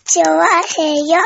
チョワヘヨ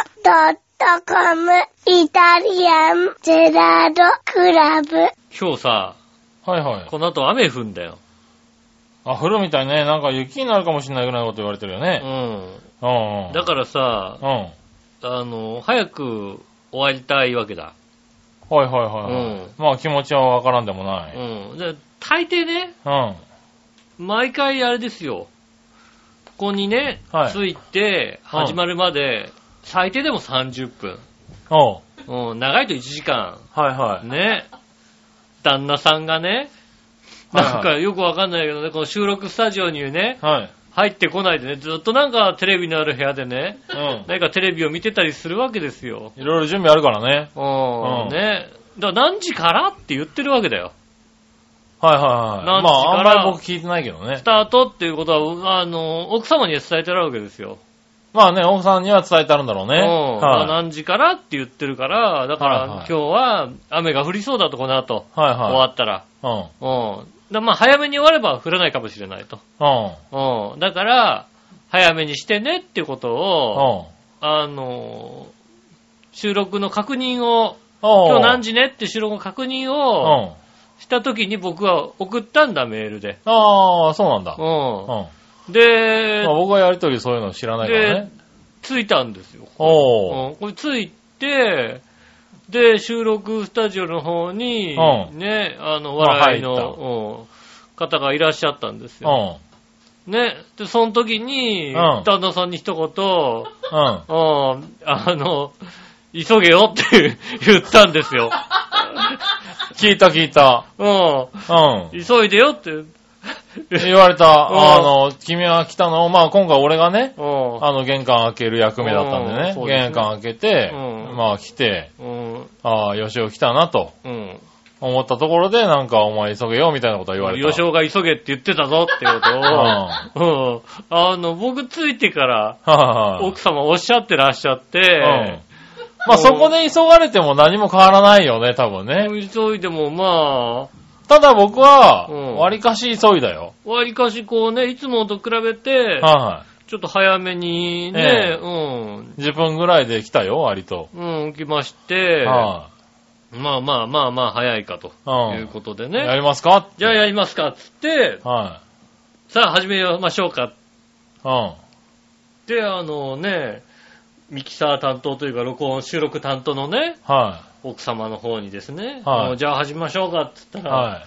.com イタリアンゼラードクラブ。 今日さ、 はいはい。 この後雨降んだよ。 あ、降るみたいね。なんか雪になるかもしれないぐらいのこと言われてるようね。 ん。 うん。 だからさ、早く終わりたいわけだ。 はいはいはいはい。まあ気持ちはわからんでもない。 うん。で、大抵ね、 うん。 毎回あれですよ。ここにね、 はい着いて、始まるまで、最低でも30分。 おう。 うん、長いと1時間。 はいはい。 ね。旦那さんがね、 はいはいなんかよくわかんないけどね、この収録スタジオにね、 はい。 入ってこないでね、ずっとなんかテレビのある部屋でね、 うん。 何かテレビを見てたりするわけですよ。 いろいろ準備あるからね。 うん、ね。だから何時からって言ってるわけだよ。 はいはいはい。 何時まああんからまり僕聞いてないけどねス。タートっていうことは、奥様には伝えてあるわけですよ。 まあね、奥さんには伝えてあるんだろうね。 うん。 はい。 何時からって言ってるから、だからはいはい今日は雨が降りそうだとこの後、 はい終わはったら。 い。うん。 うん。まあ早めに終われば降らないかもしれないと。 うん。 うん。だから、早めにしてねっていうことを、 うん。 収録の確認を、 今今日何時ねって収録の確認をした時に僕は送ったんだ、メールで。 ああ、そうなんだ。 う。 うんでまあ、、僕はやりとりそういうの知らないからね。 着いたんですよ。 おー。 これ着いて、で、収録スタジオの方に、 うんね、笑いまあの、方がいらっしゃったんですよ。ね。で、その時に、 うん旦那さんに一言、 うん。 急げよって言ったんですよ。 聞いた聞いた。 うん。 うん。 急いでよって。 言われた。君は来たのまあ今回俺がね、 うん。 玄関開ける役目だったんでね。 そうですね玄関開けて、 うんまあ来て、 うん。 吉尾来たなとうん。 思ったところで、なんかお前急げよみたいなことは言われた。 吉尾が急げって言ってたぞっていうことを、僕ついてからはい奥様おっしゃってらっしゃって、 まあそこで急がれても何も変わらないよね、多分ね。 急いでもまあ、 ただ僕はう、ん割かし急いだよ。 わりかしこうね、いつもと比べて、 はちょっと早めにね、 えい。10分ぐらいで来たよ、割と。 来まして、 はまあ、早いかとい。 いうことでやね。 りますかじゃあやりますかっつって、 はさあ始めましょうか。 い。うん。 で、ミキサー担当というか、収録担当のね、 は奥様の方にですね、 はいじゃあ始めましょうかって言っい。 たら、 はい。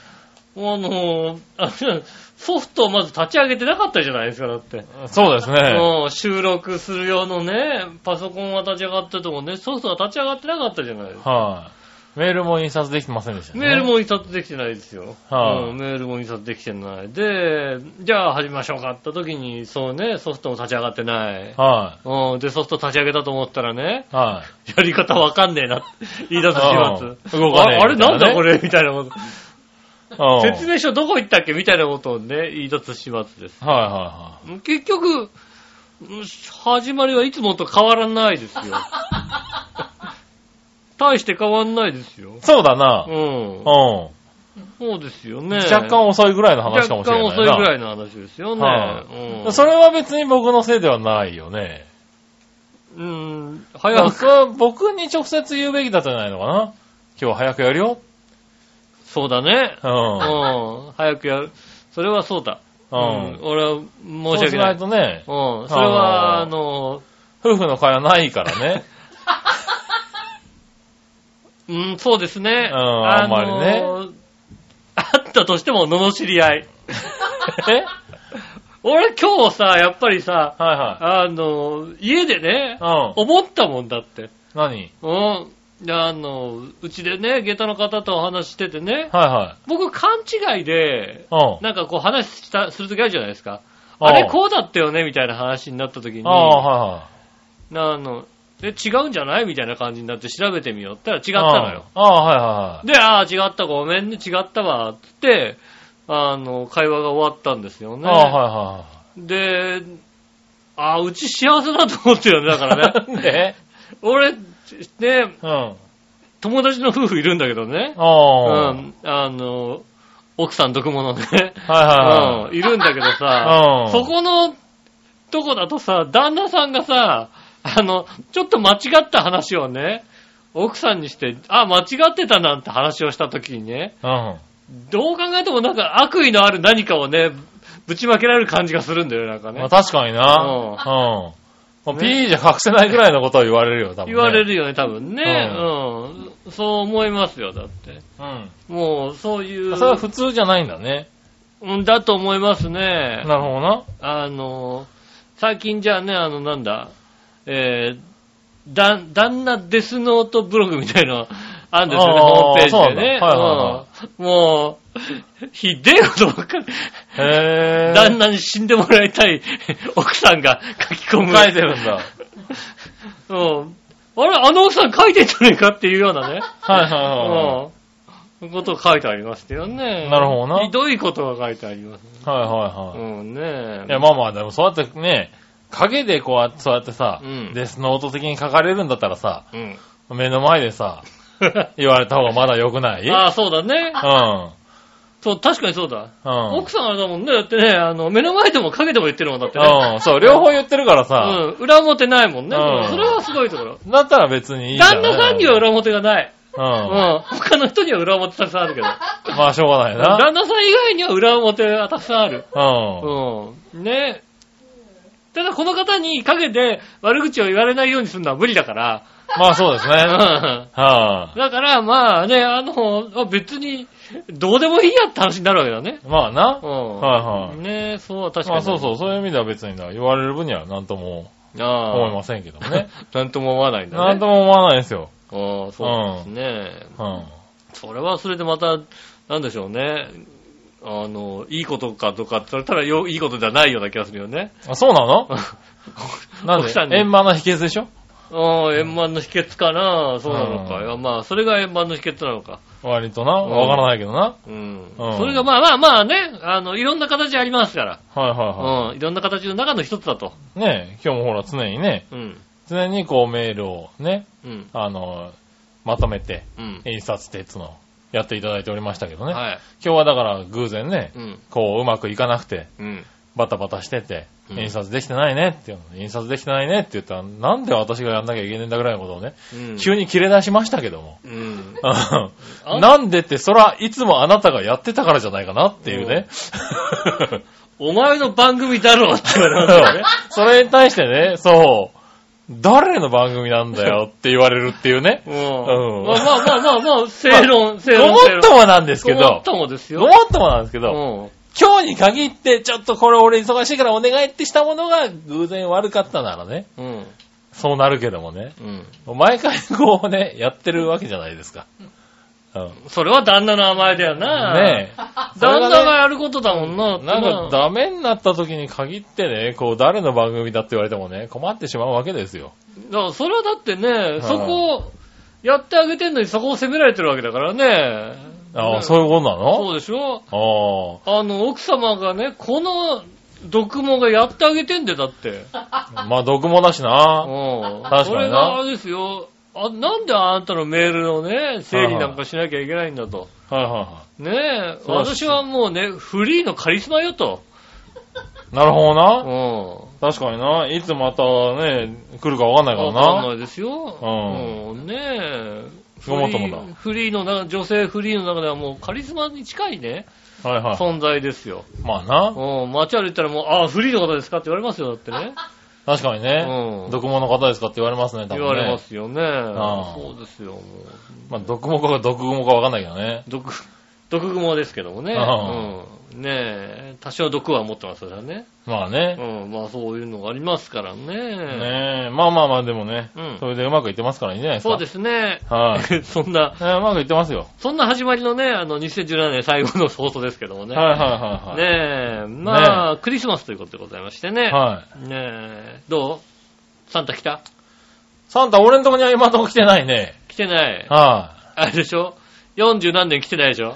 ソフトをまず立ち上げてなかったじゃないですか、だって。 そうですね。 収録する用のね、パソコンは立ち上がっててもね、ソフトは立ち上がってなかったじゃないですか。 はい。メールも印刷できてませんでしたね。 メールも印刷できてないですよ。 はいメールも印刷できてない。で、じゃあ始めましょうかって時に、そうね、ソフトも立ち上がってない。 はで、ソフト立ち上げたと思ったらね、 い。はやり方わかんねえなって言い出す始末。 動かねえあれなんだこれ。 れみたいなこと。 うん説明書どこ行ったっけみたいなことをね、言い出す始末です。 はいは結局、始まりはいつもと変わらないですよ。大して変わんないですよ。 い。そうだな。 うん。 うん。 そうですよね。 若干遅いぐらいの話かもしれないな。 若干遅いぐらいの話ですよね。 はいそれは別に僕のせいではないよね。 早く。 それは僕に直接言うべきだったんじゃないのかな。今日は早くやるよ。 そうだね。 うん。 早くやる。それはそうだ。 うん俺は申しそうしない訳ない。 とね、 それは、 夫婦の会話ないからね。 そうですね。 あんまりね。 あったとしても、罵り合い。 え俺今日さ、やっぱりさ、 は家でね、 いはい。 思ったもんだって。 何うちでね、下駄の方とお話ししててね、 はいはい。 僕勘違いで、 うん。 なんかこう話するときあるじゃないですか。 ああれこうだったよねみたいな話になったときに、 はいは違うんじゃないみたいな感じになって調べてみようって言ったら違ったのよ。 はいはい。 で、違った、ごめんね、違ったわ、つって、会話が終わったんですよね。 はで、うち幸せだと思ってるよね、だからね。 い。で俺、ね、 うん。 友達の夫婦いるんだけどね。奥さん毒物ね。 はいいるんだけどさ、 うんそこのとこだとさ、旦那さんがさ、 ちょっと間違った話をね、奥さんにして、間違ってたなんて話をしたときにね、 うん。 どう考えてもなんか悪意のある何かをね、ぶちまけられる感じがするんだよ、なんかね。 まあ、確かにな。うん。P じゃ隠せないぐらいのことを言われるよ、多分、ね。 言われるよね、多分ね。うん。そう思いますよ、だって。うん。もう、そういう。 それは普通じゃないんだね。 うんだと思いますね。 なるほどな。最近じゃあね、なんだ、旦那デスノートブログみたいなのあるんですよね、ホームページでね。もう、ひでえことばっかり。旦那に死んでもらいたい奥さんが書き込む。 書いてるんだ。 うん。あれ、奥さん書いてんじゃねえかっていうようなね。そういうことを書いてありましたよね。 なるほどな。 ひどいことが書いてあります、ね。うんね。 いや、まあまあ、でもそうやってね、影でそうやってさ、デスノート的に書かれるんだったらさ、目の前でさ、言われた方がまだ良くない？ そうだね。そう、確かにそうだ。奥さんあれだもんね。だってね、目の前でも影でも言ってるもんだってね。 そう、両方言ってるからさ。 裏表ないもんね。それはすごいところ。 だったら別にいいじゃん。 旦那さんには裏表がない。他の人には裏表たくさんあるけど。 まあ、しょうがないな。 旦那さん以外には裏表がたくさんある。ね。ただこの方に陰で悪口を言われないようにするのは無理だから。 まあそうですね。だからまあね、別に、どうでもいいやって話になるわけだね。 まあな。 ねそう、確かに。 そう、そういう意味では別に言われる分には何とも思いませんけどね。 何とも思わないんだね。 何とも思わないですよ。 そうですね。それはそれでまた、なんでしょうね。いいことかとかって言ったらいいことじゃないような気がするよね。 そうなのなんで円満な秘訣でしょ？ 円満の秘訣かな。そうなのか。まあ、それが円満の秘訣なのか。 割とな。わからないけどな。 それがまあね、いろんな形ありますから。いろんな形の中の一つだと。 ねえ、今日もほら常にね、常にこうメールをね、まとめて、印刷ってやつのやっていただいておりましたけどね。今日はだから偶然ね、こううまくいかなくて、バタバタしてて、印刷できてないねっていうの、印刷できてないねって言ったら、なんで私がやんなきゃいけないんだぐらいのことをね、急に切れ出しましたけども。なんでって、そらいつもあなたがやってたからじゃないかなっていうね。 お前の番組だろうって言われますよね。 それに対してね、そう、誰の番組なんだよって言われるっていうね。 まあ、正論。 ごもっともなんですけど。 ごもっともですよ。 ごもっともなんですけど、今日に限って、ちょっとこれ俺忙しいからお願いってしたものが偶然悪かったならね。そうなるけどもね。毎回こうね、やってるわけじゃないですか。 それは旦那の甘えだよな。ねえ。旦那がやることだもんな。 なんかダメになった時に限ってね、こう誰の番組だって言われてもね、困ってしまうわけですよ。 だからそれはだってね、そこをやってあげてんのにそこを責められてるわけだからね。 そういうことなの？ そうでしょ？奥様がね、この毒もがやってあげてんで、だって。 まあ毒もだしな。確かにな。 それがあれですよ。なんであなたのメールをね、整理なんかしなきゃいけないんだと。ねえ、私はもうね、フリーのカリスマよと。 なるほどな。確かにな。いつまたね、来るかわかんないからな。 わかんないですよ。ねえ。 ごもっともだ。 フリーの中、女性フリーの中ではもうカリスマに近いね。存在ですよ。 まあな。 街歩いたらもう、フリーの方ですかって言われますよ、だってね。 確かにね。毒もの方ですかって言われますね、多分ね。 言われますよね。そうですよ、もう。 まあ、毒もかか毒雲かわかんないけどね。 毒雲ですけどもね。ねえ、多少毒は持ってますからね。 まあね。 まあそういうのがありますからね。 ねえ、まあでもね。それでうまくいってますからいいんじゃないですか。 そうですね。そんな。 うまくいってますよ。 そんな始まりのね、2017年最後の放送ですけどもね。ねえ、まあ、クリスマスということでございましてね。ねえ、どう？サンタ来た？ サンタ俺んとこには今んとこ来てないね。 来てない。 あれでしょ？40何年来てないでしょ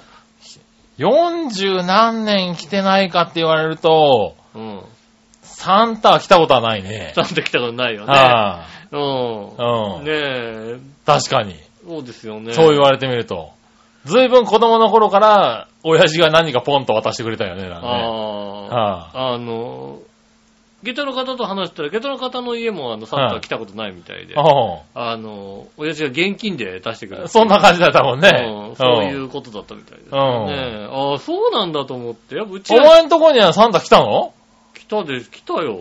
？40何年来てないかって言われると、サンタは来たことはないね。 サンタ来たことないよね。ねえ。 確かに。 そうですよね。 そう言われてみると。ずいぶん子供の頃から、親父が何かポンと渡してくれたよね。 下駄の方と話したら、下駄の方の家もサンタ来たことないみたいで、親父が現金で出してくれる。 そんな感じだったもんね。 そういうことだったみたいですね。ああ、そうなんだと思って。やっぱうちお前んとこにはサンタ来たの？ 来たよ。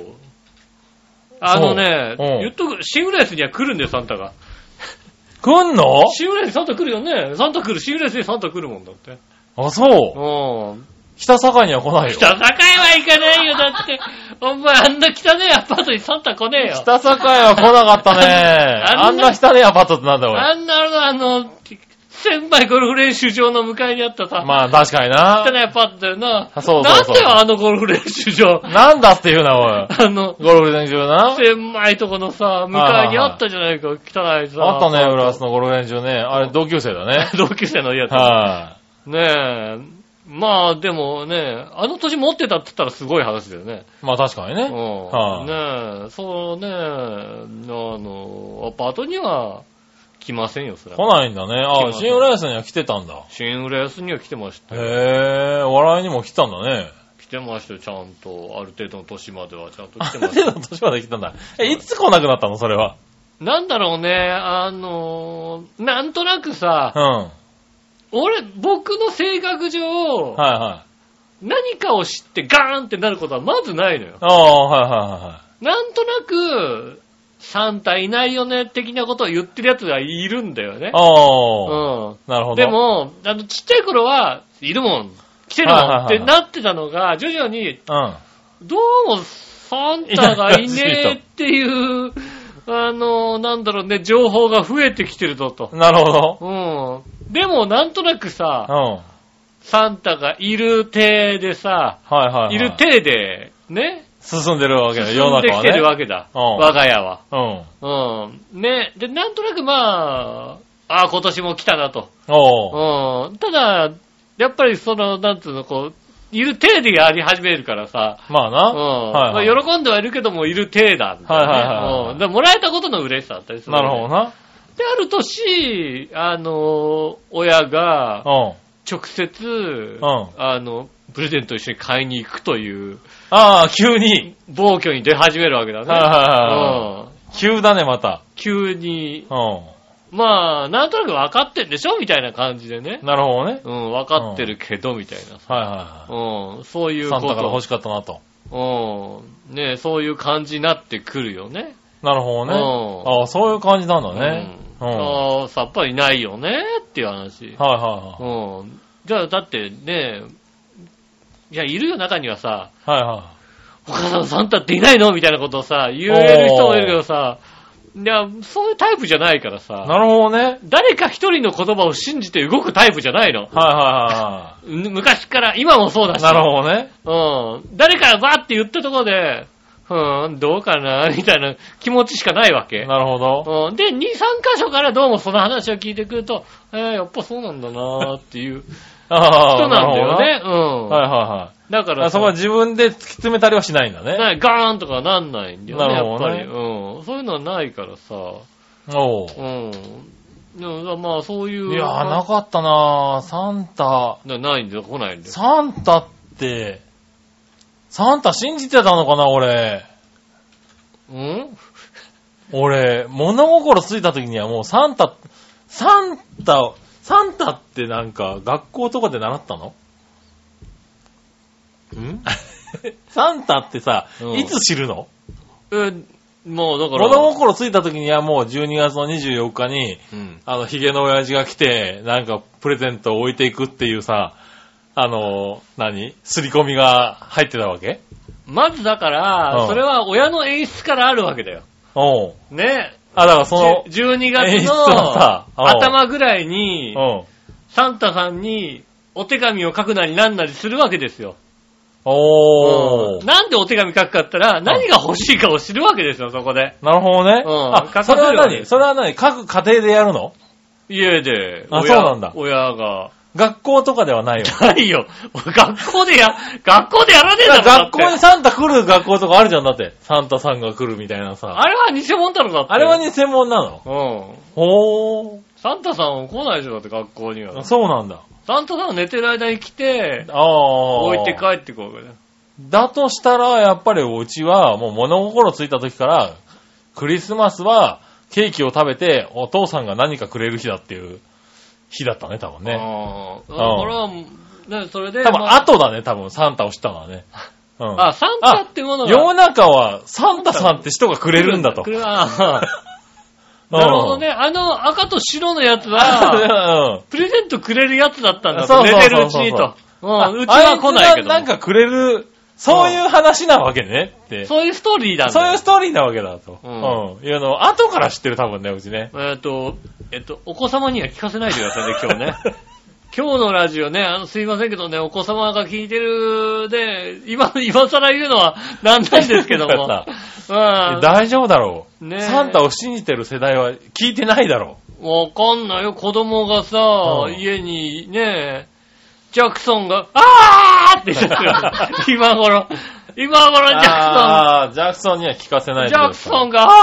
言っとく、シングレースには来るんだよ、サンタが。 来んの？ シングレースサンタ来るよね。サンタ来る、シングレースでサンタ来るもんだって。 あ、そう。北境には来ないよ。 北境は行かないよ、だって。お前あんな汚ねえアパートにサンタ来ねえよ。 北境は来なかったね。あんな汚ねえアパートってなんだよ、俺。 あんな千枚ゴルフ練習場の向かいにあったさ。 まあ確かにな。 汚いアパートだよな。 そう。 なんだよ、あのゴルフ練習場。 なんだって言うな、おい。ゴルフ練習場な。 千枚とこのさ、向かいにあったじゃないか、汚いさ。 あったね、浦安のゴルフ練習ね。あれ、同級生だね。 同級生のやつ。はい。ねえ。まあ、でもね、あの年持ってたって言ったらすごい話だよね。 まあ確かにね。 ねえ、そうね、アパートには来ませんよ、それは。 来ないんだね。ああ、新浦安には来てたんだ。 新浦安には来てましたよ。 へえ、お笑いにも来たんだね。 来てましたよ、ちゃんと。ある程度の年まではちゃんと来てました。 ある程度の年まで来たんだ。いつ来なくなったの、それは。 なんだろうね、なんとなくさ、僕の性格上、何かを知ってガーンってなることはまずないのよ。なんとなく、サンタいないよね、的なことを言ってる奴がいるんだよね。 なるほど。 でも、ちっちゃい頃は、いるもん、来てるもんってなってたのが、徐々に、どうもサンタがいねえっていう、なんだろうね、情報が増えてきてるぞと。 なるほど。 でも、なんとなくさ、サンタがいる体でさ、いる体で、ね。 進んでるわけだ、世の中はね。 進んできてるわけだ、我が家は。ね。で、なんとなくまあ、今年も来たなと。ただ、やっぱりなんつうの、いる体でやり始めるからさ。 まあな。 喜んではいるけども、いる体だ。もらえたことの嬉しさだったりする。 なるほどな。 で、ある年、親が、直接、プレゼント一緒に買いに行くという。 急に。 暴挙に出始めるわけだね。 急だね、また。 急に。まあ、なんとなく分かってんでしょみたいな感じでね。 なるほどね。 分かってるけど、みたいな。そういうこと。 サンタから欲しかったなと。 ね、そういう感じになってくるよね。 なるほどね。そういう感じなんだね。 さっぱりないよねっていう話。じゃあ、だってね、いや、いるよ、中にはさ。お母さんサンタっていないのみたいなことをさ、言える人もいるけどさ、いや、そういうタイプじゃないからさ。 なるほどね。 誰か一人の言葉を信じて動くタイプじゃないの。昔から、今もそうだし。 なるほどね。 誰かがバーって言ったところで、どうかなみたいな気持ちしかないわけ。 なるほど。 で、2、3箇所からどうもその話を聞いてくると、やっぱそうなんだなーっていう人なんだよね。だからそこは自分で突き詰めたりはしないんだね。 ガーンとかなんないんだよね。 なるほどね。 やっぱり。そういうのはないからさ。まあそういう。 いやー、なかったなー。サンタ。 ないんだよ、来ないんだよ。 サンタって、サンタ信じてたのかな、俺。俺、物心ついた時にはもうサンタってなんか学校とかで習ったの？サンタってさ、いつ知るの？ もうだから。 物心ついた時にはもう12月の24日に、ヒゲの親父が来て、なんかプレゼントを置いていくっていうさ、刷り込みが入ってたわけ？ まずだから、それは親の演出からあるわけだよ。ね。 だからその、 12月の頭ぐらいに、サンタさんにお手紙を書くなりなんなりするわけですよ。なんでお手紙書くかって言ったら、何が欲しいかを知るわけですよ、そこで。 なるほどね。それは何書く過程でやるの？ 家で。そうなんだ。 親が。 学校とかではないよ。 ないよ。学校でやらねえんだろ。 学校にサンタ来る学校とかあるじゃん、だって。サンタさんが来るみたいなさ。 あれは偽物だろ、だって。 あれは偽物なの？ サンタさん来ないでしょ、だって学校には。 そうなんだ。 サンタさんは寝てる間に来て、置いて帰ってくるわけだよ。 だとしたら、やっぱりうちは、もう物心ついた時から、クリスマスは、ケーキを食べて、お父さんが何かくれる日だっていう日だったね、多分ね。 これは、ね、それで。 多分、後だね、多分、サンタを知ったのはね。 サンタってものが。 世の中は、サンタさんって人がくれるんだと。 なるほどね。赤と白のやつは、プレゼントくれるやつだったんだと。寝てるうちにと。うちは来ないけど。 なんかくれる、そういう話なわけねって。 そういうストーリーだね。 そういうストーリーなわけだと。いうのを後から知ってる多分ね、うちね。 お子様には聞かせないでくださいね、今日ね。今日のラジオね、すいませんけどね、お子様が聞いてるで、今更言うのはなんないですけども。 大丈夫だろう。ね、サンタを信じてる世代は聞いてないだろう。わかんないよ、子供がさ、家にね、ジャクソンが、って言ってる。今頃ジャクソン。 ジャクソンには聞かせないでジャクソンが、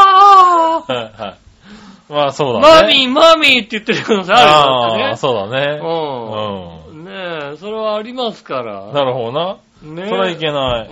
まあそうだね。 マミーって言ってる可能性あるよね。 そうだね。 ねえ、それはありますから。 なるほどな。ねえ。それはいけない。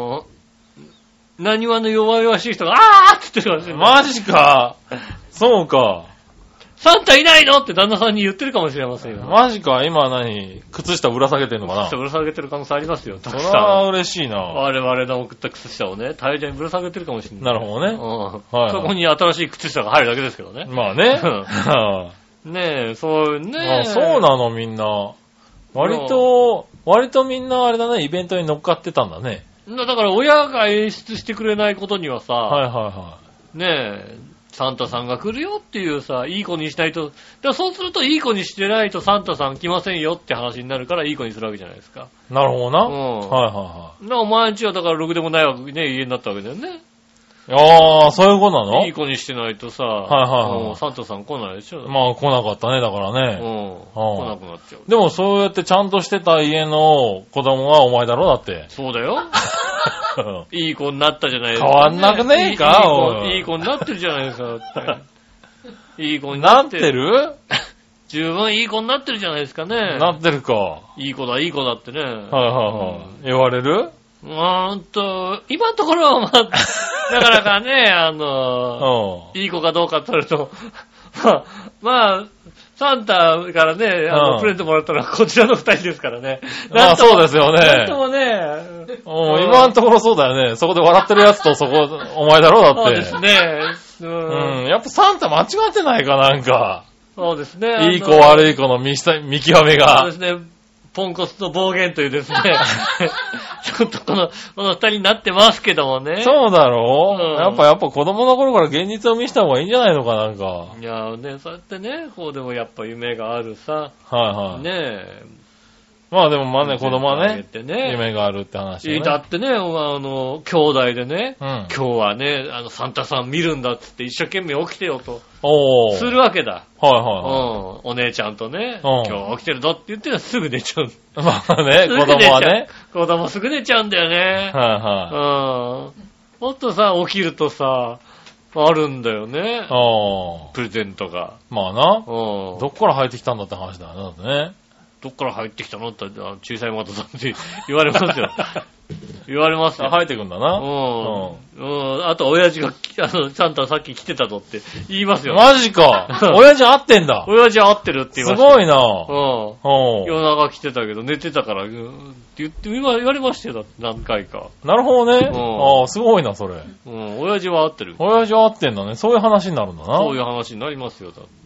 何話の弱々しい人が、って言ってるかもしれない。 マジか。そうか。 サンタいないのって旦那さんに言ってるかもしれませんよ。 マジか、今靴下ぶら下げてんのかな。 靴下ぶら下げてる可能性ありますよ。 それは嬉しいな。 我々の送った靴下をね、大量にぶら下げてるかもしれない。 なるほどね。 そこに新しい靴下が入るだけですけどね。 まあね。 ねえ、そうね。 そうなのみんな。割とみんなあれだね、イベントに乗っかってたんだね。 だから親が演出してくれないことにはさ、ねえ、サンタさんが来るよっていうさ、いい子にしないと、だからそうするといい子にしてないとサンタさん来ませんよって話になるからいい子にするわけじゃないですか。 なるほどな。 だから毎日はだからろくでもないわけね、家になったわけだよね。 そういうことなの？ いい子にしてないとさ、サンタさん来ないでしょ。 まあ来なかったね、だからね。 来なくなっちゃう。 でもそうやってちゃんとしてた家の子供はお前だろ、だって。 そうだよ。いい子になったじゃないですか。変わんなくねえか？ いい子になってるじゃないですか。いい子になってる？ 十分いい子になってるじゃないですかね。 なってるか。 いい子だってね。 言われる？ 今のところはなかなかね、いい子かどうかって言われると、まあ、サンタからね、プレゼントもらったのはこちらの二人ですからね。 まあそうですよね。 なんともね、 今のところそうだよね。そこで笑ってるやつとお前だろ、だって。 そうですね。 やっぱサンタ間違ってないかなんか。 そうですね。 いい子悪い子の見極めが。 そうですね。ポンコツと暴言というですね、ちょっとこの二人になってますけどもね。 そうだろう、やっぱ子供の頃から現実を見せた方がいいんじゃないのかなんか。 いやね、そうやってね、こうでもやっぱ夢があるさ。ねえ。 まあでもまあね、子供はね、夢があるって話ね。 だってね、兄弟でね、今日はね、サンタさん見るんだってって一生懸命起きてよと。するわけだ。お姉ちゃんとね、今日起きてるぞって言ってすぐ寝ちゃう。 まあね、子供はね。 子供すぐ寝ちゃうんだよね。もっとさ、起きるとさ、あるんだよね。プレゼントが。 まあな。どっから入ってきたんだって話だよね。だってね。 どっから入ってきたのって小さいマトさんって言われますよ。言われますよ。 入ってくんだな。 あと、親父が、サンタさっき来てたぞって言いますよ。 マジか。親父会ってんだ。 親父会ってるって言いました。 すごいな。 夜中来てたけど、寝てたから、って言われましたよ。だって何回か。 なるほどね。すごいな、それ。 親父は会ってる。 親父は会ってんだね。そういう話になるんだな。 そういう話になりますよ。だって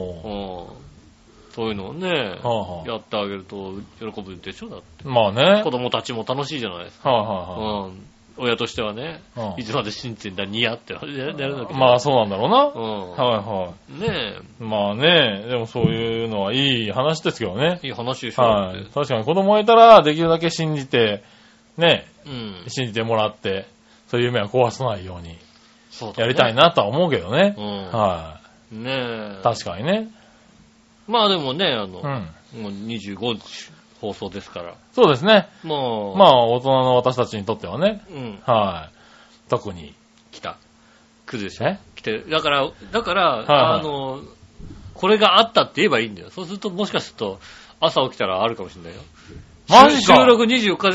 そういうのをね、やってあげると喜ぶでしょだって。まあね。子供たちも楽しいじゃないですか。親としてはね、いつまで信じてんだ、ニヤってやるだけ。 まあそうなんだろうな。ねえ。まあね、でもそういうのはいい話ですけどね。いい話でしょ。確かに子供がいたらできるだけ信じて、ね、信じてもらって、そういう夢は壊さないようにやりたいなとは思うけどね。ねえ。確かにね。まあでもね、もう25日放送ですから。そうですね。まあ大人の私たちにとってはね。特に。来るでしょ。来て。だから、これがあったって言えばいいんだよ。そうすると、もしかすると、朝起きたらあるかもしれないよ。マジか。収録24日でしょ？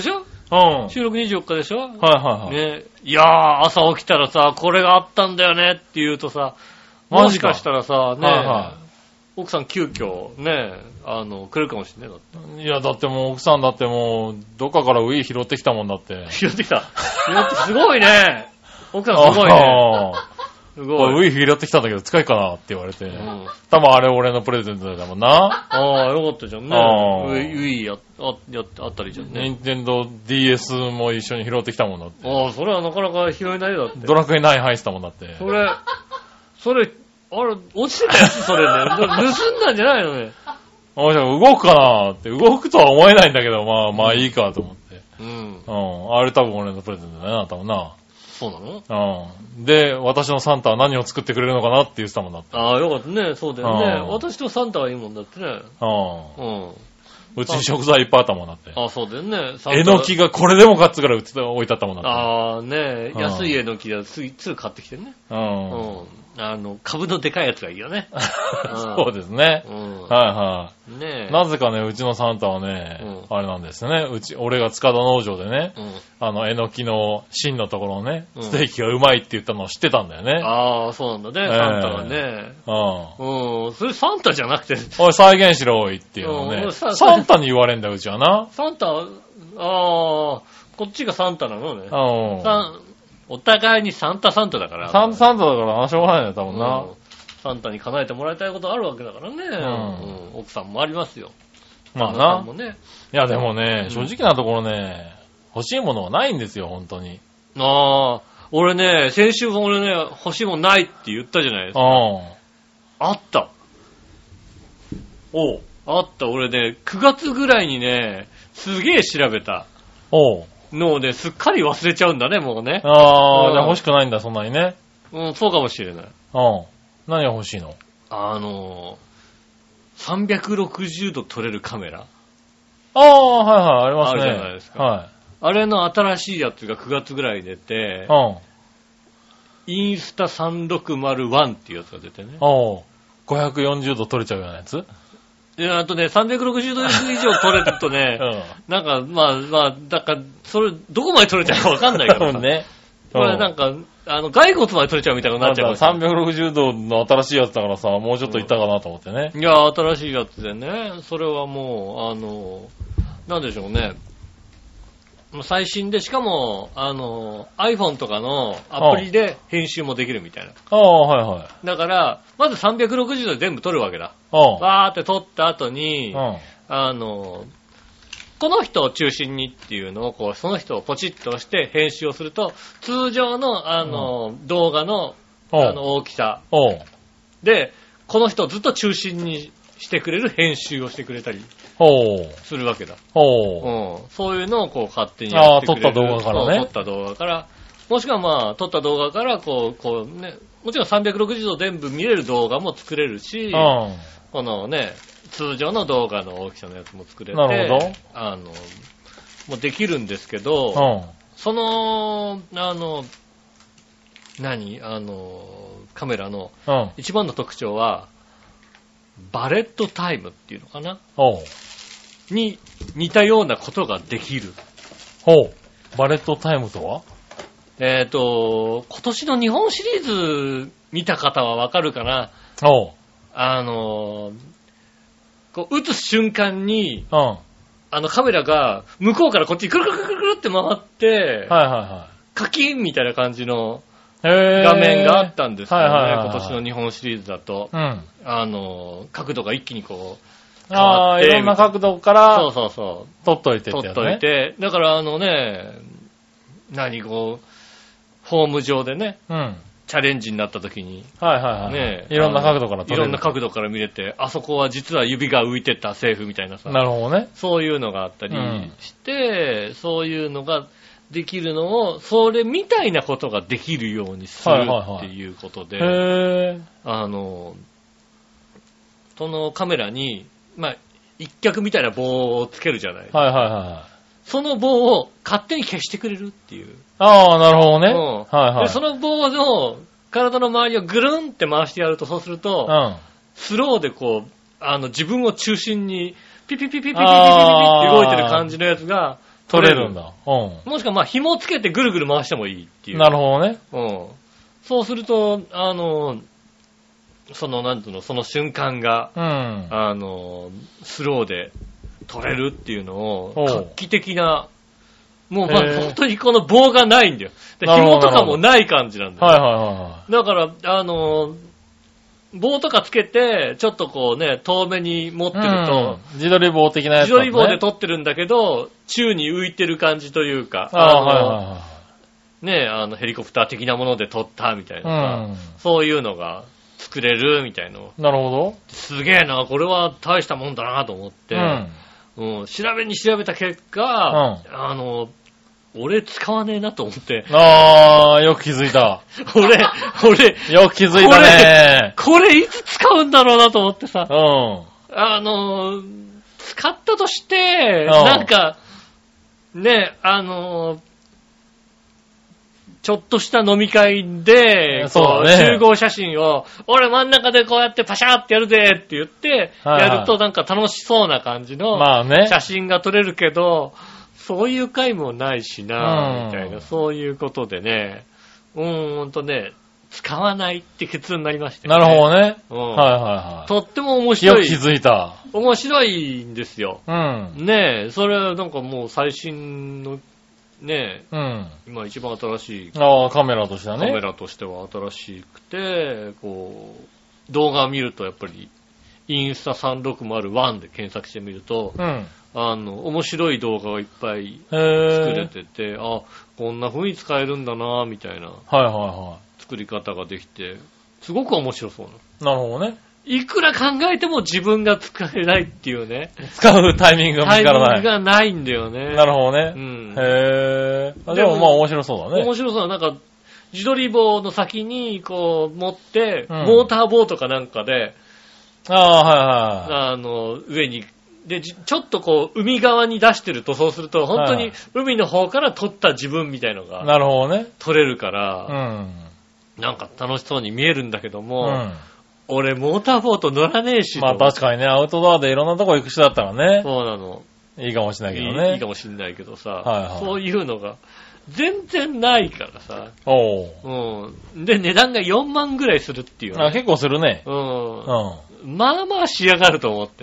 うん。 収録24日でしょ？はいはい。 ね。いやー、朝起きたらさ、これがあったんだよねって言うとさ、もしかしたらさ、ね、奥さん急遽、ね、来るかもしんねえだって。 いや、だってもう奥さんだってもう、どっかからウィー拾ってきたもんだって。 拾ってきた。すごいね。奥さんすごいね。 すごい。ウィー拾ってきたんだけど使いかなって言われて。多分あれ俺のプレゼントだもんな。 ああ、よかったじゃんね。ウィーあったりじゃんね。 ニンテンドー DS も一緒に拾ってきたもんだって。 ああ、それはなかなか拾えないよだって。 ドラクエ9入ってたもんだって。 それ、あれ、落ちてたやつそれね。盗んだんじゃないのね。 動くかなって。動くとは思えないんだけど、まあいいかと思って。うん。あれ多分俺のプレゼントだよな、多分な。 そうなの？ うん。で、私のサンタは何を作ってくれるのかなって言ってたもんだって。 ああ、よかったね。そうだよね。私とサンタはいいもんだってね。 うちに食材いっぱいあったもんだって。 ああ、そうだよね。 えのきがこれでもかっつぐらい置いてあったもんだって。 ああ、ねえ。安いえのきがすぐ買ってきてね。株のでかいやつがいいよね。 そうですね。はい。ねえ。なぜかね、うちのサンタはね、あれなんですよね。俺が塚田農場でね、えのきの芯のところのね、ステーキがうまいって言ったのを知ってたんだよね。 ああ、そうなんだね、サンタがね。それサンタじゃなくて。 おい、再現しろ、おいっていうのね。サンタに言われんだよ、うちはな。 サンタ、こっちがサンタなのね。お互いにサンタだから。 サンタだからな、しょうがないんだよ、多分な。 サンタに叶えてもらいたいことあるわけだからね。奥さんもありますよ。 まあな。いや、でもね、正直なところね、欲しいものはないんですよ、本当に。 ああ、俺ね、先週俺ね、欲しいものないって言ったじゃないですか。あった。あった、俺ね、9月ぐらいにね、すげえ調べた。のをね、すっかり忘れちゃうんだね、もうね。 じゃあ欲しくないんだ、そんなにね。 そうかもしれない。 何が欲しいの ？360度撮れるカメラ。 ありますね。 あるじゃないですか。あれの新しいやつが9月ぐらいに出て、インスタ3601っていうやつが出てね。 540度撮れちゃうようなやつ？ あとね、360度以上撮れるとね、なんか、だから、それ、どこまで撮れちゃうかわかんないからさ。ね。これなんか、骸骨まで撮れちゃうみたいになっちゃうから。 360度の新しいやつだからさ、もうちょっといったかなと思ってね。 いや、新しいやつでね、それはもう、なんでしょうね。最新で、しかも、iPhone とかのアプリで編集もできるみたいな。だから、まず360度で全部撮るわけだ。バーって撮った後に、この人を中心にっていうのを、こう、その人をポチッと押して編集をすると、通常の、動画の、大きさ。で、この人をずっと中心にしてくれる編集をしてくれたりするわけだ。そういうのをこう勝手にやってくれる。 撮った動画からね。 撮った動画から。もしくは撮った動画からこうね、もちろん360度全部見れる動画も作れるし、このね、通常の動画の大きさのやつも作れて、 なるほど。 もうできるんですけど、その、カメラの一番の特徴は、バレットタイムっていうのかなに似たようなことができる。 バレットタイムとは？ 今年の日本シリーズ見た方はわかるかな？こう、撃つ瞬間に、カメラが向こうからこっちにくるくるくるくるって回って、カキンみたいな感じの画面があったんですよね。今年の日本シリーズだと。角度が一気にこう、変わって。 いろんな角度から、撮っといてってやつね。 撮っといて。だからフォーム上でね、チャレンジになった時に、 いろんな角度から撮れる。 いろんな角度から見れて、あそこは実は指が浮いてたセーフみたいなさ。 なるほどね。 そういうのがあったりして、そういうのができるのを、それみたいなことができるようにするっていうことで、そのカメラに、一脚みたいな棒をつけるじゃない。その棒を勝手に消してくれるっていう。 なるほどね。 で、その棒の体の周りをぐるんって回してやると、そうすると、スローでこう、自分を中心にピピピピピピピピピって動いてる感じのやつが、 取れるんだ。 もしくはまあ紐つけてぐるぐる回してもいいっていう。 なるほどね。 そうすると、なんていうの、その瞬間が、スローで取れるっていうのを、画期的な、もうまあ本当にこの棒がないんだよ。紐とかもない感じなんだよ。だから、棒とかつけて、ちょっとこうね、遠目に持ってると、 自撮り棒的なやつ、 自撮り棒で撮ってるんだけど、宙に浮いてる感じというか、ね、ヘリコプター的なもので撮ったみたいなさ、そういうのが作れるみたいな。 なるほど。 すげえな、これは大したもんだなと思って、調べた結果、俺使わねえなと思って。 よく気づいた。 俺、 よく気づいたね。 これいつ使うんだろうなと思ってさ。使ったとして、なんか、ね、ちょっとした飲み会で、集合写真を、俺真ん中でこうやってパシャーってやるぜって言って、やるとなんか楽しそうな感じの写真が撮れるけど、そういう回もないしな、みたいな、そういうことでね、使わないって結論になりましたよね。 なるほどね。 とっても面白い。 よく気づいた。 面白いんですよ。ねえ、それはなんかもう最新の、ねえ、今一番新しい。 カメラとしてはね。 カメラとしては新しくて、こう、動画を見るとやっぱり、インスタ3601で検索してみると、面白い動画がいっぱい作れてて、こんな風に使えるんだなみたいな作り方ができて、すごく面白そうな。なるほどね。 いくら考えても自分が使えないっていうね。 使うタイミングが見つからない。 タイミングがないんだよね。 なるほどね。へー。でもまあ面白そうだね。 面白そうだ。なんか、自撮り棒の先にこう持って、モーターボートかなんかで、上に、で、ちょっとこう、海側に出してると、そうすると、本当に海の方から撮った自分みたいのが、 なるほどね。 撮れるから、なんか楽しそうに見えるんだけども、俺、モーターボート乗らねえし。 まあ確かにね、アウトドアでいろんなとこ行く人だったらね。 そうなの。 いいかもしれないけどね。 いいかもしれないけどさ、そういうのが、全然ないからさ。で、値段が4万ぐらいするっていう、 ね。結構するね。 まあまあ仕上がると思って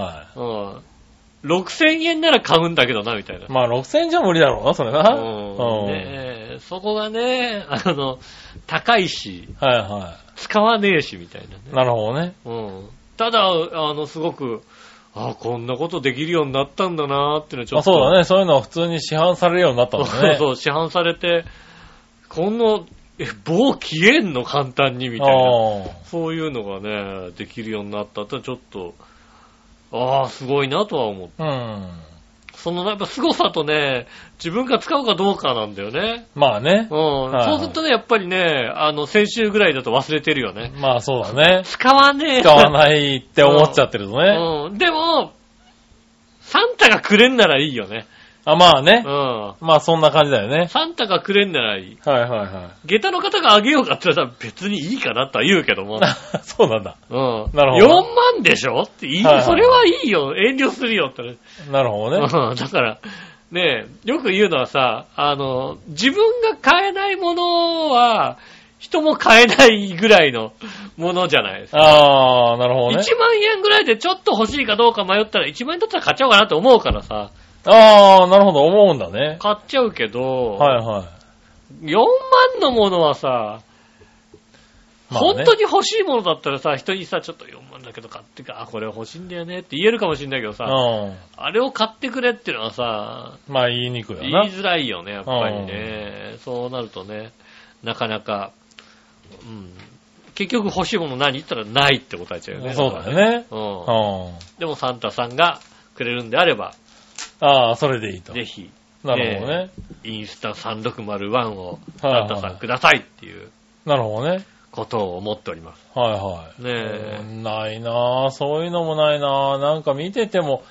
。6000円なら買うんだけどな、みたいな。 まあ6000円じゃ無理だろうな、それな。 そこがね、高いし、使わねえし、みたいなね。 なるほどね。 ただ、すごく、こんなことできるようになったんだなーっていうのはちょっと。 そうだね、そういうのは普通に市販されるようになったんだね。 そう、市販されて、この、棒消えんの簡単にみたいな。そういうのがね、できるようになったってちょっと、すごいなとは思った。そのやっぱ凄さとね、自分が使うかどうかなんだよね。 まあね。 そうするとね、やっぱりね、先週ぐらいだと忘れてるよね。 まあそうだね。 使わねえ。 使わないって思っちゃってるとね。 でも、サンタがくれんならいいよね。 まあね。まあそんな感じだよね。 サンタがくれんならいい。下駄の方があげようかって言ったら別にいいかなとは言うけども。 そうなんだ。 なるほど。4万でしょって言い、それはいいよ。遠慮するよって。 なるほどね。 だから、ねよく言うのはさ、自分が買えないものは、人も買えないぐらいのものじゃないですか。 なるほどね。 1万円ぐらいでちょっと欲しいかどうか迷ったら1万円だったら買っちゃおうかなって思うからさ。 なるほど、思うんだね。 買っちゃうけど、4万のものはさ、本当に欲しいものだったらさ、人にさ、ちょっと4万だけど買ってか、これ欲しいんだよねって言えるかもしれないけどさ、あれを買ってくれっていうのはさ、 まあ言いにくいよな。 言いづらいよね、やっぱりね。そうなるとね、なかなか、結局欲しいもの何言ったらないって答えちゃうよね。 そうだよね。 でもサンタさんがくれるんであれば、 それでいいと。 ぜひ。 なるほどね。 インスタ3601をサンタさんくださいっていう。 なるほどね。 ことを思っております。 ないなぁ。そういうのもないなぁ。なんか見てても、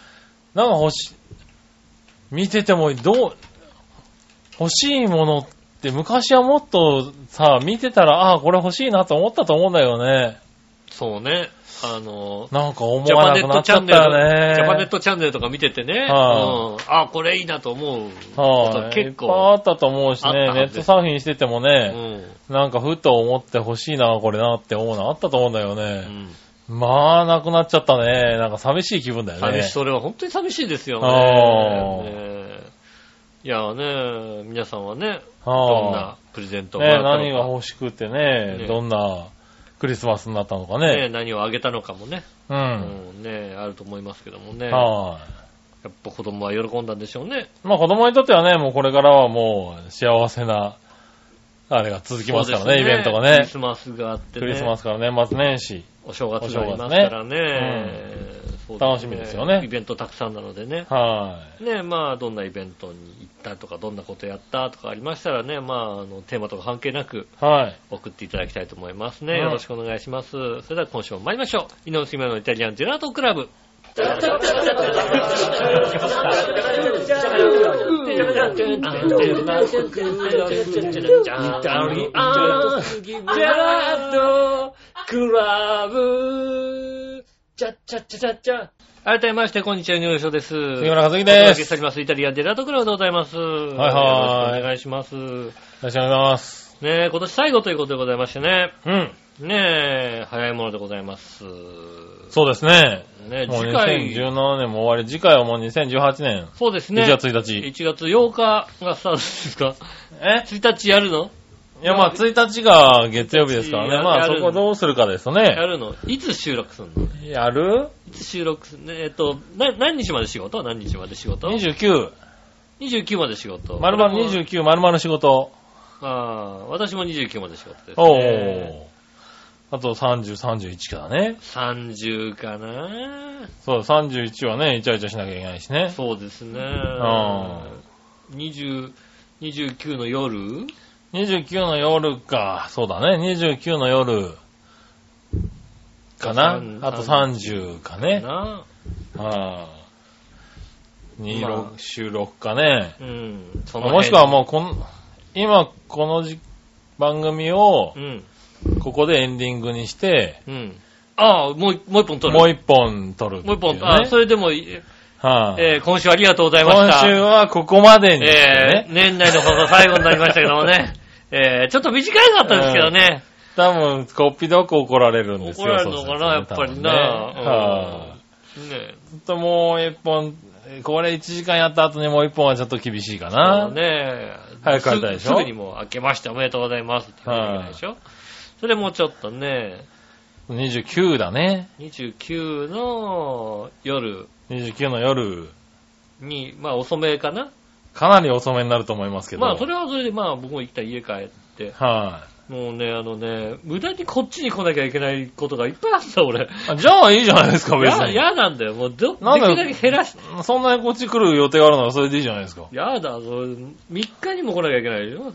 見てても欲しいものって昔はもっとさ、見てたら、これ欲しいなと思ったと思うんだよね。 そうね。 なんか思わなくなっちゃったよね。 ジャパネットチャンネルとか見ててね。あ、これいいなと思うこと結構。 いっぱいあったと思うしね。ネットサーフィンしててもね、なんかふと思って欲しいな、これなって思うのあったと思うんだよね。まあ、なくなっちゃったね。なんか寂しい気分だよね。 それは本当に寂しいですよね。いやね、皆さんはね、どんなプレゼントをもらったのか。 何が欲しくてね、どんなクリスマスになったのかね。 何をあげたのかもね。あると思いますけどもね。やっぱ子供は喜んだんでしょうね。 まあ子供にとってはね、もうこれからはもう幸せな、あれが続きますからね、イベントがね。 クリスマスがあってね。 クリスマスから年末年始。 お正月がありますからね。 楽しみですよね。 イベントたくさんなのでね。 ね、 まあ、どんなイベントに行ったとか、どんなことやったとかありましたらね、まあ、テーマとか関係なく、送っていただきたいと思いますね。よろしくお願いします。それでは今週も参りましょう。井上杉村のイタリアンジェラートクラブ。改めまして、こんにちは、井上翔です。 杉村和樹です。お届けしております。イタリアンジェラートクラブでございます。お願いします。よろしくお願いします。 ねえ、今年最後ということでございましてね。ねえ、早いものでございます。 そうですね。 ね、 もう2017年も終わり、次回はもう2018年。 そうですね。 1月1日。 1月8日がスタートですか？1日やるの？ いや、まあ1日が月曜日ですからね。まあそこどうするかですね。 やるの？いつ収録するの？ やる？ いつ収録するね。何日まで仕事？何日まで仕事？ 29。 29まで仕事。 丸々29、丸々仕事。 私も29まで仕事です、ね。 おー。あと30、31からね。 30かな。 そう、31はね、イチャイチャしなきゃいけないしね。 そうですね。29の夜 ?29 の夜か。そうだね。29の夜かな。あと30かね。26収録かね。もしくはもう今この番組を、ここでエンディングにして、 もう一本撮る。 もう一本撮る、ね。 もう一本、それでも、今週ありがとうございました。 今週はここまでにしてね。 年内の放送最後になりましたけどもね。ちょっと短かったですけどね。 多分、こっぴどく怒られるんですよ。 怒られるのかな、やっぱりな。 ずっともう一本、これ1時間やった後にもう一本はちょっと厳しいかな。 そうね。 早く帰りたいでしょ。 すぐにもう明けましておめでとうございますって言わないでしょ。それもちょっとね。 29だね。 29の夜。 29の夜に、まあ遅めかな。 かなり遅めになると思いますけど。 まあそれはそれでまあ僕も一旦家帰って。もうね、無駄にこっちに来なきゃいけないことがいっぱいあった俺。 じゃあいいじゃないですか、別に。 嫌なんだよ。もうできるだけ減らして。 そんなにこっち来る予定があるならそれでいいじゃないですか。 嫌だ、3日にも来なきゃいけないでしょ。だって、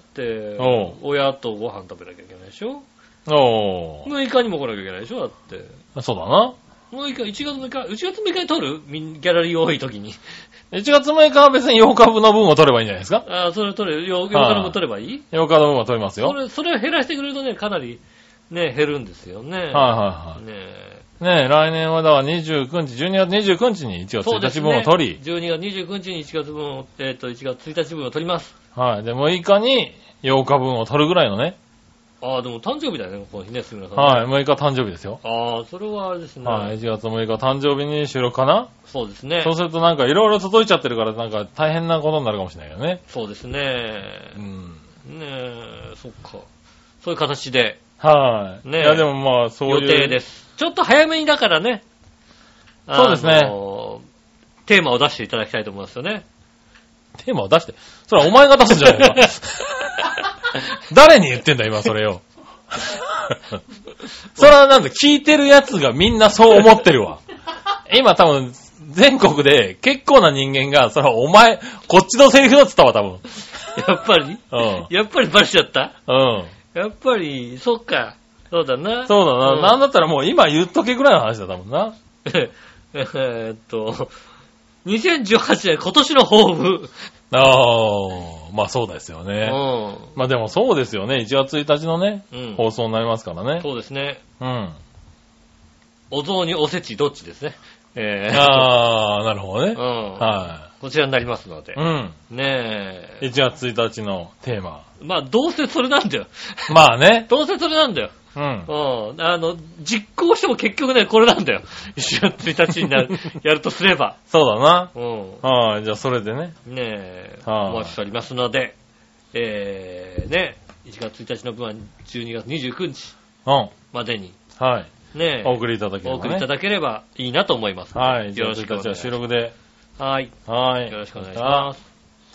親とご飯食べなきゃいけないでしょ。6日にも来なきゃいけないでしょ。だって。 そうだな。 1月6日に撮る？ギャラリー多い時に。 1月6日は別に8日分の分を取ればいいんじゃないですか？ それ取れる。8日の分取ればいい？ 8日の分は取れますよ。 それを減らしてくれるとね、かなりね、減るんですよね。 ねえ、来年はだから29日、12月29日に1月1日分を取り。 12月29日に1月分を、1月1日分を取ります。 で、6日に8日分を取るぐらいのね。 でも誕生日だよね、この日ね、杉村さん。 6日誕生日ですよ。 それはあれですね。 1月6日誕生日に収録かな？ そうですね。 そうするとなんかいろいろ届いちゃってるからなんか大変なことになるかもしれないよね。 そうですね。そっか。そういう形で。 いやでもまあそういう。 予定です。ちょっと早めにだからね。 そうですね。 テーマを出していただきたいと思いますよね。 テーマを出して？それはお前が出すんじゃないか。誰に言ってんだ今それを。それはなんだ、聞いてるやつがみんなそう思ってるわ。今多分全国で結構な人間が、それはお前、こっちのセリフだっつったわ多分。 やっぱりやっぱりバレちゃった？やっぱり、そっか。そうだな。 そうだな。なんだったらもう今言っとけぐらいの話だ多分な。 2018年今年の抱負。 まあそうですよね。まあでもそうですよね。1月1日のね、放送になりますからね。 そうですね。 お雑煮おせちどっちですね。 ああ、なるほどね。はい。 こちらになりますので。ねえ。 1月1日のテーマ。 まあ、どうせそれなんだよ。 まあね。 どうせそれなんだよ。実行しても結局ね、これなんだよ。1月1日にやるとすれば。 そうだな。じゃあそれでね。 ねえ。お待ちしておりますので、ね、1月1日の分は12月29日までに。 はい。 ねお送りいただければ、ね。 お送りいただければいいなと思います。 はい。よろしくお願いします。収録で。 はい。よろしくお願いします。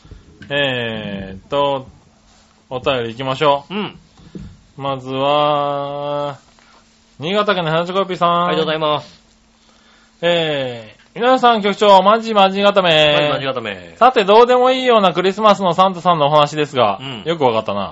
お便り行きましょう。まずは、新潟県の花ちこぴさん。 ありがとうございます。 皆さん局長、まじまじ固め。 まじ固め。 さて、どうでもいいようなクリスマスのサンタさんのお話ですが、よくわかったな。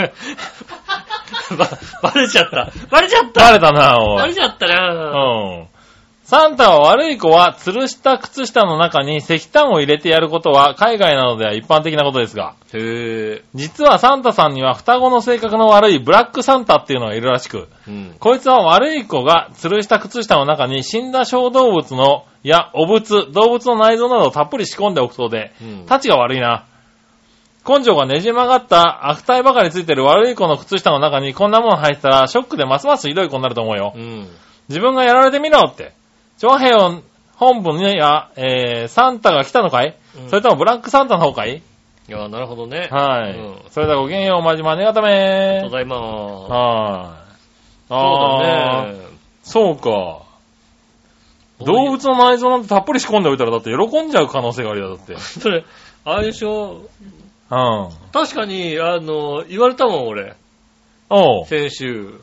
バレちゃった。バレたな、おい。 バレちゃったな。 サンタは悪い子は吊るした靴下の中に石炭を入れてやることは海外などでは一般的なことですが、実はサンタさんには双子の性格の悪いブラックサンタっていうのがいるらしく、こいつは悪い子が吊るした靴下の中に死んだ小動物のお物、動物の内臓などをたっぷり仕込んでおくそうで、たちが悪いな。根性がねじ曲がった悪態ばかりついてる悪い子の靴下の中にこんなもの入ってたらショックでますますひどい子になると思うよ。自分がやられてみろって。長平を本部にサンタが来たのかい、それともブラックサンタの方かい。 いや、なるほどね。 はい。それではごきげんよう、まじまねがため。 ありがとうございます。 はい。 そうだね。 そうか。動物の内臓なんてたっぷり仕込んでおいたらだって喜んじゃう可能性があるよ、だって。 それ、あれでしょ。確かに、言われたもん、俺。先週。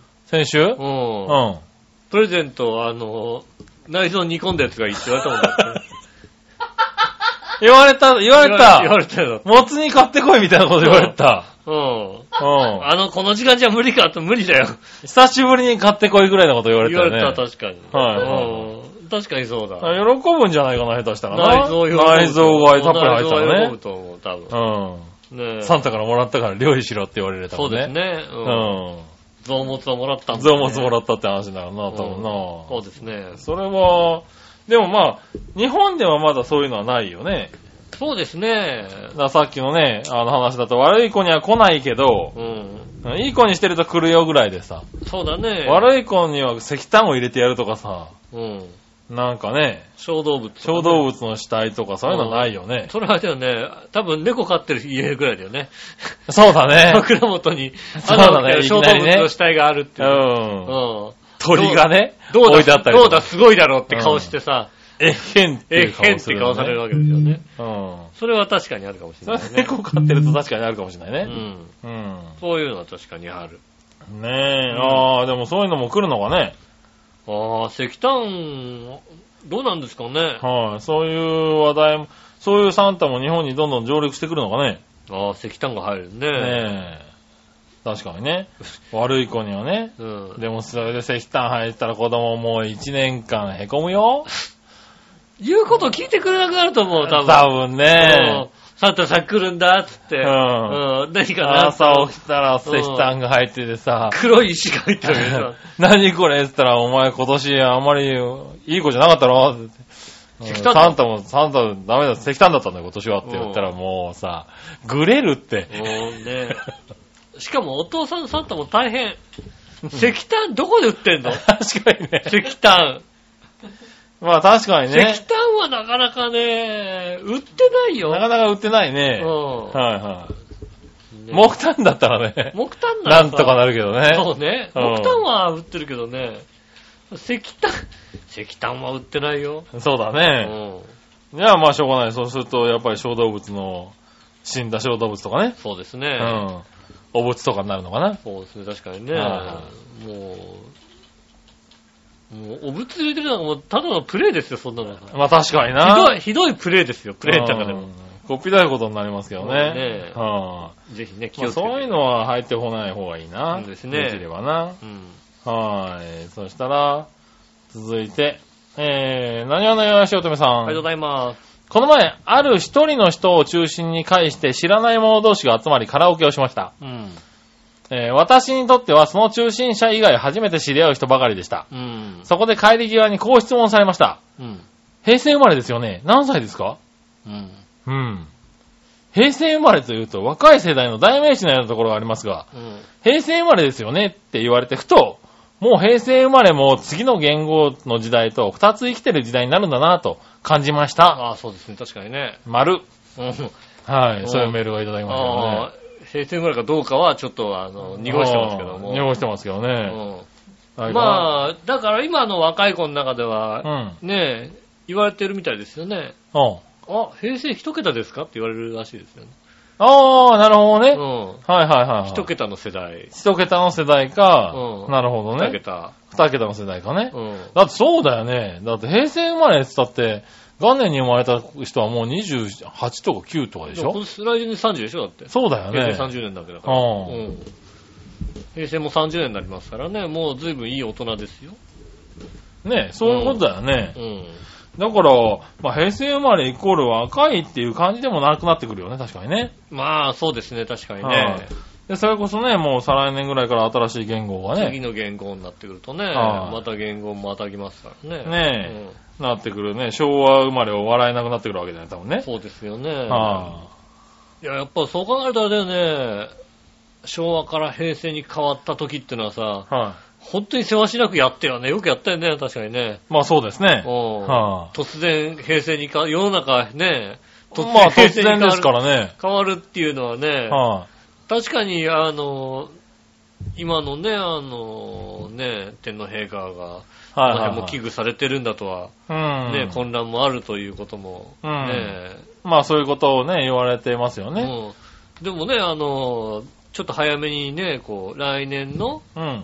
プレゼント、内臓煮込んだやつがいいって言われたもんだって。 言われたよ。 もつ煮買ってこいみたいなこと言われた。 この時間じゃ無理かと無理だよ。 久しぶりに買ってこいぐらいのこと言われたよね。 言われた、確かに。確かにそうだ。 喜ぶんじゃないかな、下手したらな。 内臓がたっぷり入ってたらね。 喜ぶと思う、多分。サンタからもらったから料理しろって言われたもんね。 そうですね。臓物をもらったんだ、ね。 臓物もらったって話だよな、多分な。 そうですね。 それは、でもまあ、日本ではまだそういうのはないよね。 そうですね。 だからさっきのね、話だと悪い子には来ないけど、いい子にしてると来るよぐらいでさ。 そうだね。 悪い子には石炭を入れてやるとかさ。なんかね。 小動物の死体とかそういうのないよね。 それはだよね。多分猫飼ってる家ぐらいだよね。 そうだね。 枕元に。 そうだね。 小動物の死体があるっていう。 鳥がね。 置いてあったり。どうだ、すごいだろうって顔してさ。 えへんって顔されるわけですよね。それは確かにあるかもしれないね。 猫飼ってると確かにあるかもしれないね。 そういうのは確かにある。 ねえ。でもそういうのも来るのかね。 石炭、どうなんですかね。 そういう話題も、そういうサンタも日本にどんどん上陸してくるのかね。 石炭が入るね。 ねえ。確かにね。悪い子にはね。でもそれで石炭入ったら子供もう1年間へこむよ。 言うこと聞いてくれなくなると思う、多分ね。 サンタさん来るんだ、つって。何かな。 朝起きたら石炭が入っててさ。 黒い石が入ってるでしょ。 何これって言ったら、お前今年あんまりいい子じゃなかったろ。サンタダメだ、石炭だったんだよ、今年はって言ったらもうさ、グレるって。 ね。しかもお父さんサンタも大変。石炭どこで売ってんの？ 確かにね。 石炭。 まあ確かにね。 石炭はなかなかね、売ってないよ。 なかなか売ってないね。木炭だったらね。 木炭ならなんとかなるけどね。 そうね。木炭は売ってるけどね。石炭は売ってないよ。 そうだね。いや、まあしょうがない。そうすると、やっぱり死んだ小動物とかね。 そうですね。 お物とかになるのかな。 そうですね、確かにね。もう、お物入れてるのがもう、ただのプレイですよ、そんなの。 まあ確かにな。 ひどいプレイですよ、プレイの中でも。 こっぴどいことになりますけどね。 ぜひね、気をつけて。 そういうのは入ってこない方がいいな。 そうですね。 できればな。そしたら、続いて、何話のよしおとめさん。 ありがとうございます。 この前、ある一人の人を中心に介して知らない者同士が集まりカラオケをしました。 私にとってはその中心者以外初めて知り合う人ばかりでした。そこで帰り際にこう質問されました。平成生まれですよね。何歳ですか？平成生まれというと若い世代の代名詞のようなところがありますが、平成生まれですよねって言われてふと、もう平成生まれも次の元号の時代と2つ生きてる時代になるんだなと感じました。 ああ、そうですね。確かにね。 丸。はい。そういうメールをいただきましたよね。 平成生まれかどうかはちょっと濁してますけども。 濁してますけどね。 まあ、だから今の若い子の中では、ね、言われてるみたいですよね。平成一桁ですかって言われるらしいですよね。 ああ、なるほどね。はいはいはい。 一桁の世代。 一桁の世代か。なるほどね。二桁の世代かね。だってそうだよね。だって平成生まれって言ったって、元年に生まれた人はもう28とか9とかでしょ？来年に30でしょだって。 そうだよね。 平成30年だけだから。平成も30年になりますからね。もう随分いい大人ですよ。 ね、そういうことだよね。だから、まあ、平成生まれイコール若いっていう感じでもなくなってくるよね、確かにね。 まあ、そうですね、確かにね。 で、それこそね、もう再来年ぐらいから新しい元号がね。 次の元号になってくるとね、また元号もまたぎますからね。 ねえ、なってくるね。昭和生まれを笑えなくなってくるわけだよね、多分ね。 そうですよね。いや、やっぱそう考えるとあれだよね、昭和から平成に変わった時ってのはさ、本当に世話しなくやってよね。よくやったよね、確かにね。 まあそうですね。 突然平成に世の中ね、 突然ですからね。 変わるっていうのはね、確かに今のね、天皇陛下が、この辺も危惧されてるんだとは、ね、混乱もあるということも、ね。 まあそういうことをね、言われてますよね。 でもね、ちょっと早めにね、こう、来年の、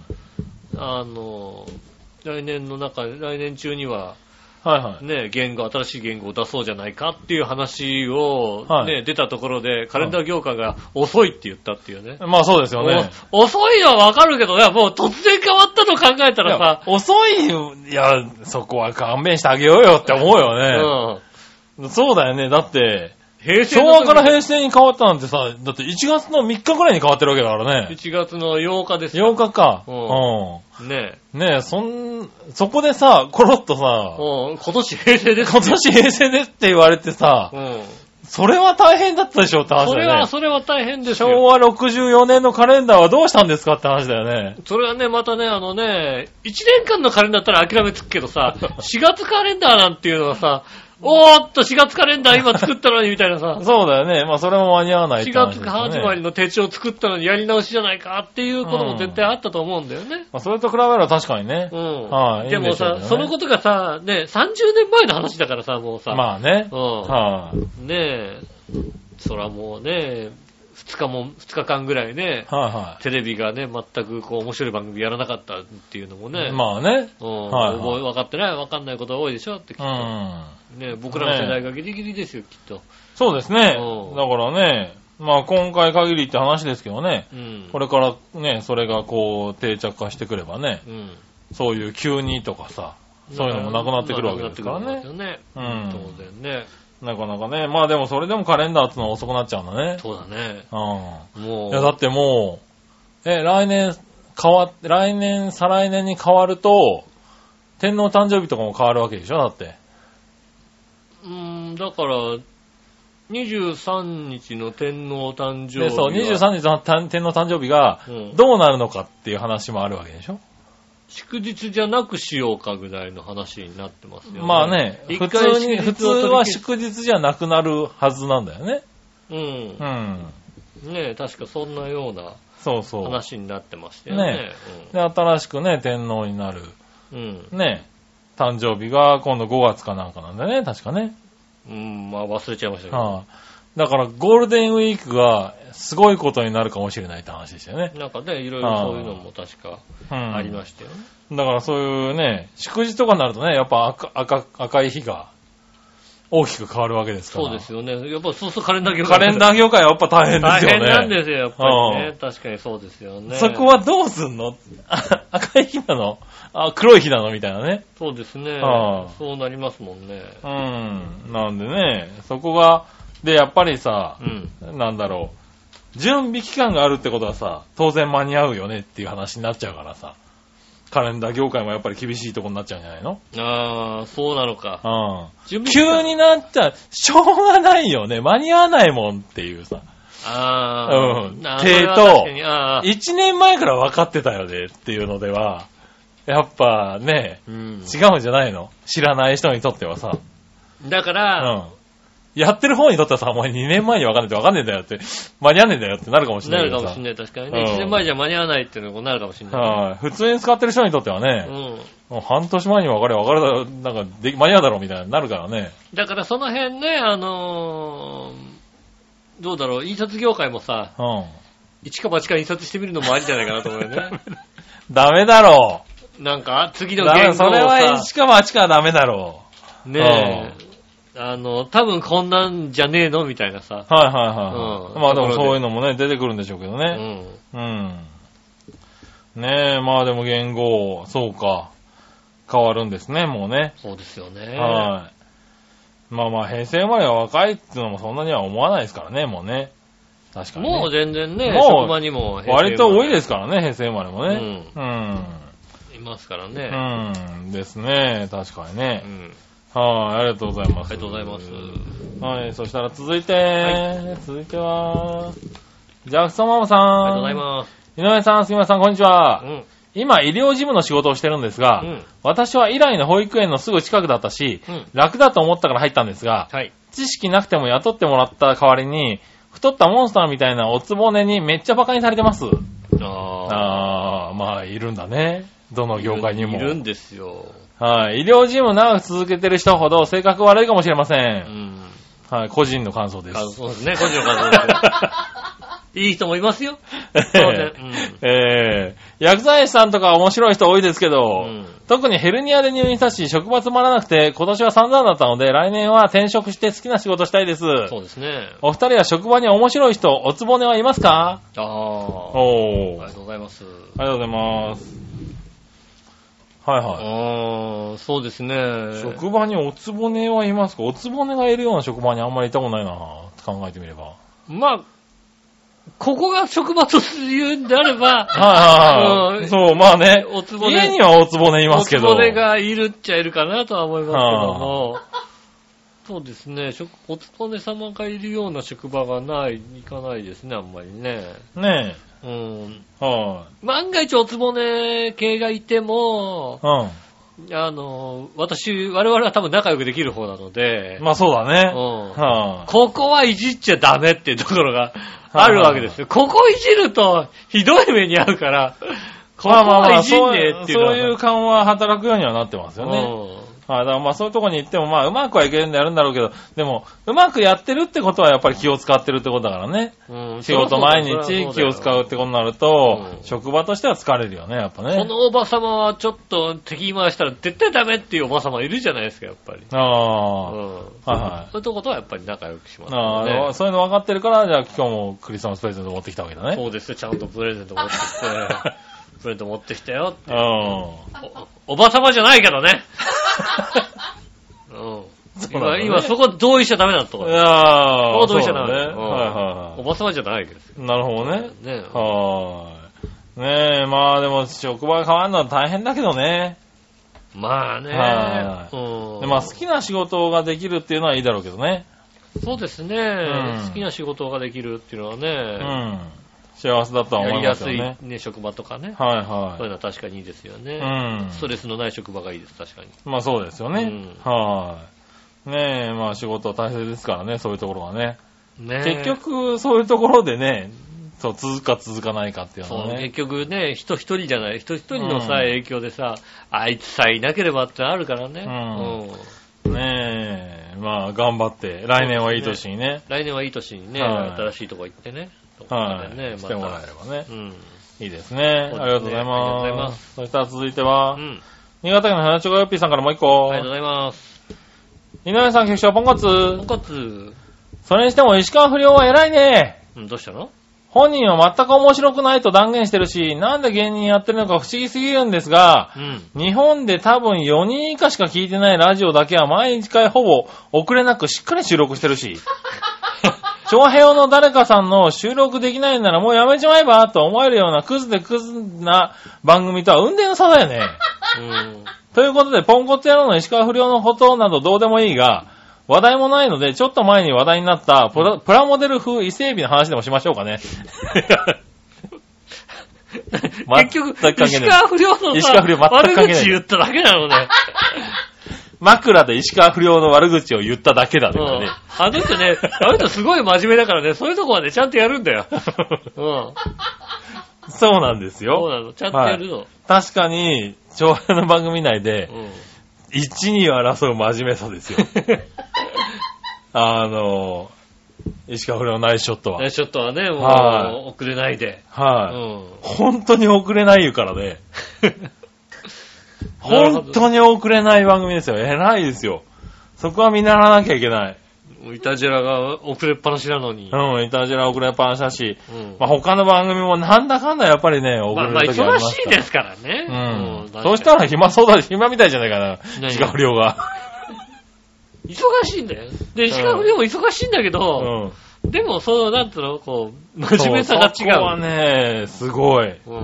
来年中には、ね、新しい言語を出そうじゃないかっていう話を、ね、出たところで、カレンダー業界が遅いって言ったっていうね。 まあそうですよね。 遅いのはわかるけどね、もう突然変わったと考えたらさ。 遅い、いや、そこは勘弁してあげようよって思うよね。そうだよね。だって、昭和から平成に変わったなんてさ、だって1月の3日ぐらいに変わってるわけだからね。 1月の8日ですよ。 8日か。ねえ、そこでさ、コロッとさ、 今年平成です。 今年平成ですって言われてさ、それは大変だったでしょって話だよね。 それは大変ですよ。 昭和64年のカレンダーはどうしたんですかって話だよね。 それはね、またね、1年間のカレンダーだったら諦めつくけどさ、4月カレンダーなんていうのはさ、4月カレンダー今作ったのにみたいなさ。 そうだよね。まあそれも間に合わないって話ですね。4月始まりの手帳作ったのにやり直しじゃないかっていうことも絶対あったと思うんだよね。 まあそれと比べれば確かにね。 でもさ、そのことがさ、ね、30年前の話だからさ、もうさ。 まあね。 ねえ、そらもうね、2日間ぐらいね、テレビがね、全くこう面白い番組やらなかったっていうのもね。 まあね。 分かってない、分かんないことが多いでしょってきっと。ね、僕らの世代がギリギリですよ、きっと。 そうですね。だからね、まあ今回限りって話ですけどね、これからね、それがこう定着化してくればね、そういう急にとかさ、そういうのもなくなってくるわけですからね。 当然ね。 なかなかね、まあでもそれでもカレンダーってのは遅くなっちゃうんだね。 そうだね。 いやだってもう、来年、再来年に変わると、天皇誕生日とかも変わるわけでしょだって。 だから、23日の天皇誕生日は。 そう、23日の天皇誕生日が、どうなるのかっていう話もあるわけでしょ祝日じゃなくしようかぐらいの話になってますよね。 まあね、普通は祝日じゃなくなるはずなんだよね。 ねえ、確かそんなような話になってましたよね。 で、新しくね、天皇になる。ね誕生日が今度5月かなんかなんだよね、確かね。 まあ忘れちゃいましたけど。 だからゴールデンウィークがすごいことになるかもしれないって話でしたよね。 なんかね、いろいろそういうのも確かありましたよね。 だからそういうね、祝日とかになるとね、やっぱ赤い日が大きく変わるわけですから。 そうですよね。やっぱそうするとカレンダー業界はやっぱ大変ですよね。 大変なんですよ、やっぱりね。確かにそうですよね。 そこはどうすんの赤い日なの黒い日なのみたいなね。 そうですね。そうなりますもんね。 なんでね、そこが、で、やっぱりさ、なんだろ準備期間があるってことはさ、当然間に合うよねっていう話になっちゃうからさ。カレンダー業界もやっぱり厳しいとこになっちゃうんじゃないの？ ああ、そうなのか。 急になっちゃう。しょうがないよね。間に合わないもんっていうさ。と、1年前から分かってたよねっていうのでは、やっぱね、違うんじゃないの？知らない人にとってはさ。 だから、 やってる方にとってはさ、お前2年前に分かんないって分かんねえんだよって、間に合わねえんだよってなるかもしれない。 なるかもしれない、確かにね。1年前じゃ間に合わないっていうのになるかもしれない。普通に使ってる人にとってはね、もう半年前に分かれば分かるだろう、なんか間に合うだろうみたいになるからね。 だからその辺ね、どうだろう、印刷業界もさ、一か八か印刷してみるのもありじゃないかなと思うよね。 ダメだろう。なんか、次の原稿をさ。 それは一か八かはダメだろう。ねえ。多分こんなんじゃねえのみたいなさ。 はい。まあでもそういうのもね、出てくるんでしょうけどね。ねえ、まあでも言語、そうか。変わるんですね、もうね。 そうですよね。 はい。まあ平成生まれが若いっていうのもそんなには思わないですからね、もうね。確かに、ね。 もう全然ね、職場にも割と多いですからね、平成生まれもね。 いますからね。 ですね、確かにね。はい、ありがとうございます。 ありがとうございます。 はい、そしたら続いては、ジャクソンママさん。 ありがとうございます。 井上さん、杉村さん、こんにちは。今、医療事務の仕事をしてるんですが、私は以来の保育園のすぐ近くだったし、楽だと思ったから入ったんですが、知識なくても雇ってもらった代わりに、太ったモンスターみたいなおつぼねにめっちゃ馬鹿にされてます。まあ、いるんだね。どの業界にも。 いるんですよ。 はい。医療事務長く続けてる人ほど性格悪いかもしれません。はい。個人の感想です。 そうですね。個人の感想です。いい人もいますよ。 薬剤師さんとか面白い人多いですけど、特にヘルニアで入院したし、職場つまらなくて、今年は散々だったので、来年は転職して好きな仕事したいです。 そうですね。 お二人は職場に面白い人、おつぼねはいますか？ ありがとうございます。 ありがとうございます。はい。 そうですね。 職場におつぼねはいますか？おつぼねがいるような職場にあんまりいたことないな、考えてみれば。 まあ、ここが職場というんであれば、 そう、まあね。家にはおつぼねいますけど。 おつぼねがいるっちゃいるかなとは思いますけども、そうですね、おつぼね様がいるような職場が行かないですね、あんまりね。 ねえ。 万が一おつぼね系がいても、我々は多分仲良くできる方なので。 まあそうだね。 ここはいじっちゃダメっていうところがあるわけですよ。ここいじるとひどい目に遭うから、ここはいじんねっていうのは。 そういう感は働くようにはなってますよね。だからまあそういうとこに行ってもまあうまくはいけるんでやるんだろうけど、でもうまくやってるってことはやっぱり気を使ってるってことだからね。仕事毎日気を使うってことになると、職場としては疲れるよね、やっぱね。 このおばさまはちょっと敵回したら絶対ダメっていうおばさまいるじゃないですか、やっぱり。そういうとことはやっぱり仲良くしますね。 そういうの分かってるから、じゃあ今日もクリスマスプレゼント持ってきたわけだね。 そうですよ、ちゃんとプレゼント持ってきて。プレゼント持ってきたよって。おばさまじゃないけどね。今そこ同意しちゃダメだと。いやー。そこ同意しちゃダメだ。おばさまじゃないけど。 なるほどね。ねえ、まあでも職場が変わるのは大変だけどね。 まあね。 まあ好きな仕事ができるっていうのはいいだろうけどね。 そうですね。好きな仕事ができるっていうのはね。 幸せだとは思いますよね。 やりやすいね、職場とかね。 そういうのは確かにいいですよね。ストレスのない職場がいいです、確かに。 まあそうですよね。ねえ、まあ仕事は大切ですからね、そういうところはね。結局、そういうところでね、続くか続かないかっていうのはね。 結局ね、人一人じゃない、人一人のさ、影響でさ、あいつさえいなければってあるからね。 ねえ、まあ頑張って、来年はいい年にね。 来年はいい年にね、新しいとこ行ってね。 してもらえればね。いいですね。ありがとうございます。そしたら続いては、新潟県の花ちょこよっぴーさんからもう一個。 ありがとうございます。 井上さん、局長、ポンコツ。 ポンコツ。 それにしても石川不良は偉いね。 どうしたの？ 本人は全く面白くないと断言してるし、なんで芸人やってるのか不思議すぎるんですが、日本で多分4人以下しか聞いてないラジオだけは毎回ほぼ遅れなくしっかり収録してるし、 長平の誰かさんの収録できないならもうやめちまえばと思えるようなクズでクズな番組とは運転の差だよね。ということで、ポンコツ野郎の石川不良のことなどどうでもいいが、話題もないので、ちょっと前に話題になったプラモデル風伊勢海老の話でもしましょうかね。 結局、石川不良のさ、悪口言っただけなのね。 枕で石川不良の悪口を言っただけだね。 あの人ね、あの人すごい真面目だからね、そういうとこはね、ちゃんとやるんだよ。 そうなんですよ。 そうなの、ちゃんとやるの。 確かに、長平の番組内で、1、2を争う真面目さですよ。石川不良のナイスショットは。 ナイスショットはね、もう、遅れないで。 本当に遅れないからね。本当に遅れない番組ですよ。偉いですよ。そこは見習わなきゃいけない。 イタジェラが遅れっぱなしなのに。 イタジェラ遅れっぱなしだし、他の番組もなんだかんだやっぱりね、遅れる時ありますから。 忙しいですからね。 そうしたら暇そうだし、暇みたいじゃないかな、石川不良が。 忙しいんだよ。で、石川不良も忙しいんだけど、でも、なんつうの、こう、真面目さが違う。そこはね、すごい。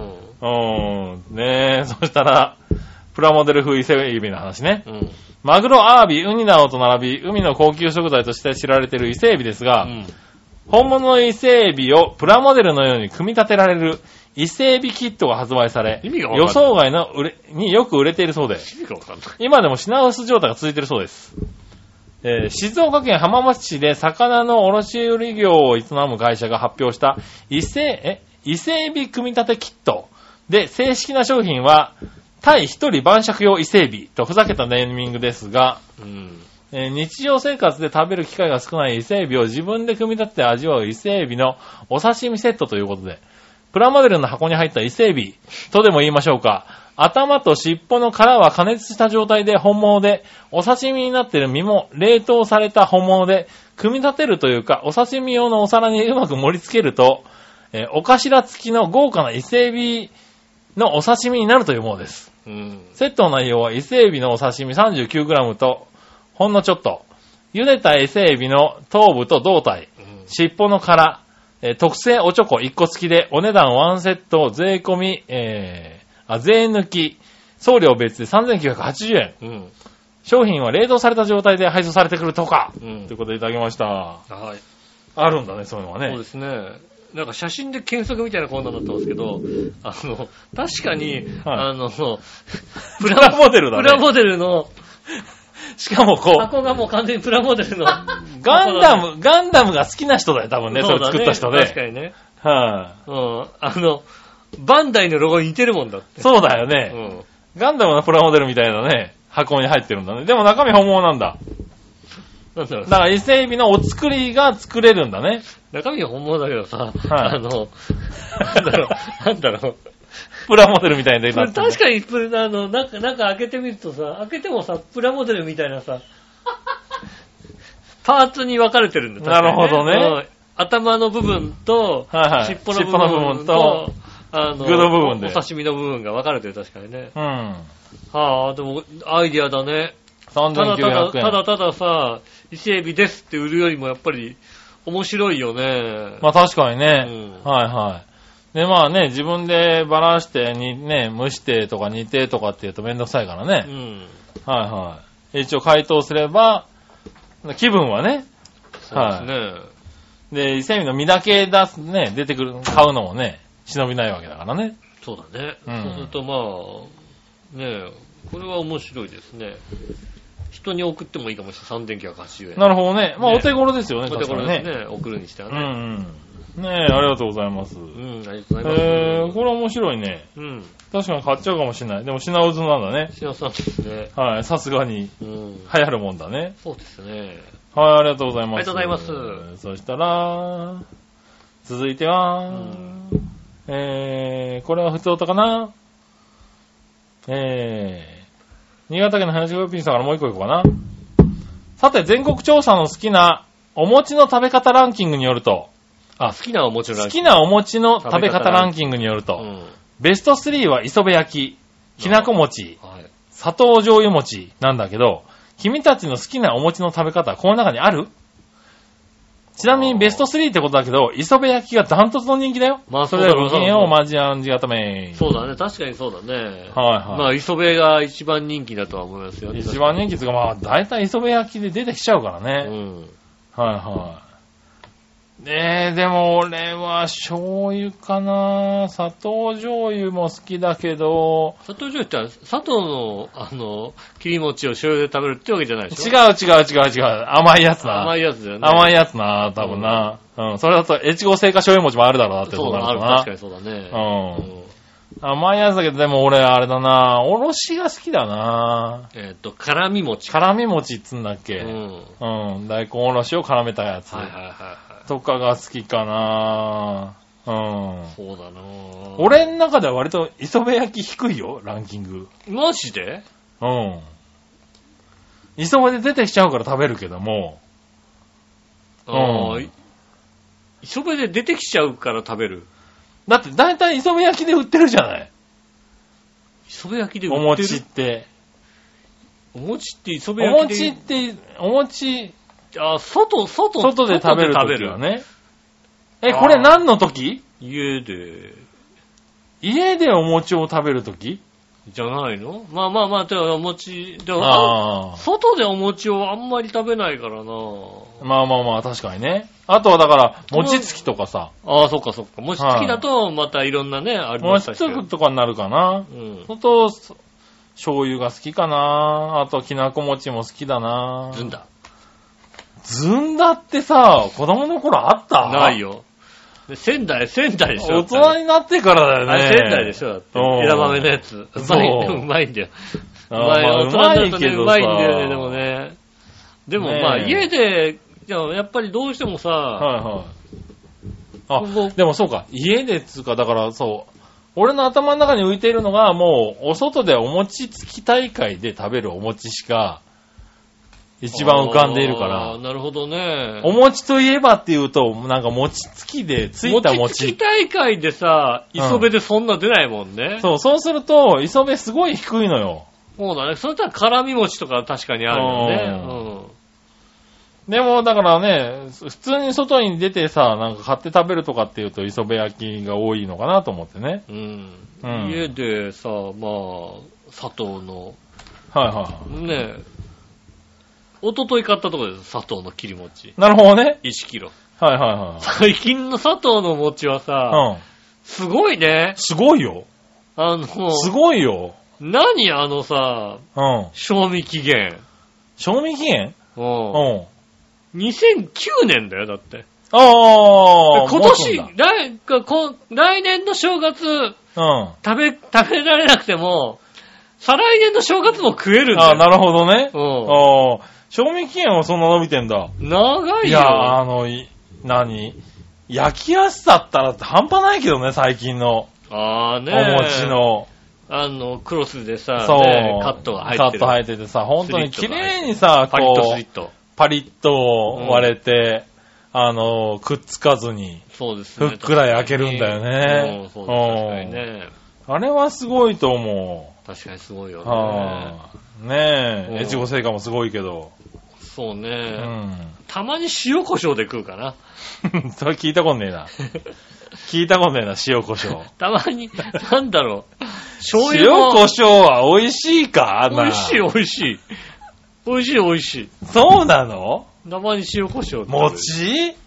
ねえ、そしたら、プラモデル風伊勢海老の話ね。マグロ、アワビ、ウニなどと並び、海の高級食材として知られている伊勢海老ですが、本物の伊勢海老をプラモデルのように組み立てられる伊勢海老キットが発売され、予想外のによく売れているそうで、今でも品薄状態が続いているそうです。静岡県浜松市で魚の卸売業を営む会社が発表した伊勢海老組み立てキットで、正式な商品は対一人晩酌用伊勢海老とふざけたネーミングですが、日常生活で食べる機会が少ない伊勢海老を自分で組み立てて味わう伊勢海老のお刺身セットということで、プラモデルの箱に入った伊勢海老とでも言いましょうか。頭と尻尾の殻は加熱した状態で本物で、お刺身になっている身も冷凍された本物で、組み立てるというか、お刺身用のお皿にうまく盛り付けると、お頭付きの豪華な伊勢海老のお刺身になるというものです。セットの内容は伊勢海老のお刺身 39g と、ほんのちょっと、茹でた伊勢海老の頭部と胴体、尻尾の殻、特製おちょこ1個付きで、お値段1セット税込み、税抜き、送料別で3980円。商品は冷凍された状態で配送されてくるとか、ということでいただきました。はい。あるんだね、そういうのはね。 そうですね。なんか写真で検索みたいなコーナーになってますけど、確かに、 プラモデルだね。 プラモデルの、 しかもこう、 箱がもう完全にプラモデルの。 ガンダムが好きな人だよ、多分ね、それ作った人で。 確かにね。バンダイのロゴに似てるもんだって。 そうだよね。ガンダムのプラモデルみたいなね、箱に入ってるんだね。でも中身本物なんだ。だから伊勢海老のお作りが作れるんだね。 中身は本物だけどさ、なんだろう。 プラモデルみたいな。 確かに、なんか開けてみるとさ、開けてもさ、プラモデルみたいなさ、パーツに分かれてるんだよ。 なるほどね。 頭の部分と、尻尾の部分と、 具の部分で。 お刺身の部分が分かれてる、確かにね。でも、アイディアだね。 3900円。 たださ、伊勢海老ですって売るよりもやっぱり面白いよね。 まあ確かにね。で、まあね、自分でばらして蒸してとか煮てとかって言うとめんどくさいからね。一応解凍すれば、気分はね。 そうですね。 で、伊勢海老の身だけ出てくる、買うのもね、忍びないわけだからね。 そうだね。そうするとまあ、これは面白いですね。人に送ってもいいかもしれない。3980円。 なるほどね。まあお手頃ですよね。 お手頃ですね。送るにしてはね。 ねえ、ありがとうございます。 ありがとうございます。 これ面白いね。確かに買っちゃうかもしれない。でも品薄なんだね。 品薄なんですね。 はい、さすがに。流行るもんだね。 そうですね。 はい、ありがとうございます。 ありがとうございます。 そしたら、続いては、これは普通歌かな。新潟県の話し声ピンさんからもう一個いこうかな。さて、全国調査の好きなお餅の食べ方ランキングによると、 好きなお餅のランキング。好きなお餅の食べ方ランキングによると、ベスト3は磯辺焼き、きなこ餅、砂糖醤油餅なんだけど、君たちの好きなお餅の食べ方はこの中にある？ ちなみにベスト3ってことだけど、磯辺焼きがダントツの人気だよ。 まあ、 それではごきげんよう、マジアンジ固め。 そうだね、確かにそうだね。 はいはい。 まあ、磯辺が一番人気だとは思いますよ。 一番人気っていうか、まあ、大体磯辺焼きで出てきちゃうからね。うん。はいはい。でも俺は醤油かな。砂糖醤油も好きだけど。 砂糖醤油って砂糖の、切り餅を醤油で食べるってわけじゃないでしょ？ 違う。甘いやつな。 甘いやつだよね。 甘いやつな、多分な。うん。それだと、越後製菓醤油餅もあるだろうなってそうなるかな。確かにそうだね。 うん。甘いやつだけど、でも俺あれだな。おろしが好きだな。 辛み餅。 辛み餅っつんだっけ。うん。大根おろしを絡めたやつ。はい。とかが好きかな。うん。 そうだな。 俺の中では割と磯辺焼き低いよ、ランキング。 マジで？ うん。磯辺で出てきちゃうから食べるけども。 磯辺で出てきちゃうから食べる。 だって大体磯辺焼きで売ってるじゃない。 磯辺焼きで売ってる？ お餅って。 お餅って磯辺焼きで。 お餅、 外で食べるときはね。これ何の時？ 家でお餅を食べるとき？ じゃないの？まあ、てかお餅、外でお餅をあんまり食べないからな。 まあ、確かにね。あとはだから、餅つきとかさ。 そっか。餅つきだと、またいろんなね、あります餅つきとかになるかな。うん。醤油が好きかな。あと、きなこ餅も好きだな。ずんだってさ、子供の頃あった？ ないよ。仙台でしょ？ 大人になってからだよね。 仙台でしょだって。枝豆のやつ。うまいんだよ。大人になるとね、うまいんだよね、でもね。でもまあ、家で、やっぱりどうしてもさ、 でもそうか、家でつうか、だからそう、俺の頭の中に浮いているのが、もう、お外でお餅つき大会で食べるお餅しか、一番浮かんでいるから。 なるほどね。 お餅といえばっていうと、なんか餅つきでついた餅。 餅つき大会でさ、磯辺でそんな出ないもんね。 そうすると、磯辺すごい低いのよ。 そうだね。それとは辛み餅とか確かにあるよね。 でも、だからね、普通に外に出てさ、なんか買って食べるとかっていうと、磯辺焼きが多いのかなと思ってね。 家でさ、砂糖の。ねえ。一昨日買ったところです。砂糖の切り餅。 なるほどね。 1キロ。 最近の砂糖の餅はさ、すごいね。 すごいよ。すごいよ。 何さ、賞味期限。 賞味期限 2009年だよ、だって。 今年、来年の正月、食べられなくても、再来年の正月も食えるんだよ。 なるほどね。賞味期限はそんな伸びてんだ。 長いよ。 いや、焼きやすさったら半端ないけどね、最近の。お餅の。 クロスでさ、カットが入ってる。 カット入っててさ、本当に綺麗にさ、 パリッとスリット。 パリッと割れて、くっつかずに、ふっくら焼けるんだよね。 確かにね。 あれはすごいと思う。 確かにすごいよね。ねえ、越後製菓もすごいけど。 そうね。たまに塩胡椒で食うかな。 それ聞いたことねえな。塩胡椒。 たまに、なんだろう。醤油塩胡椒は美味しいか？ 美味しい。 そうなの？ たまに塩胡椒。 餅？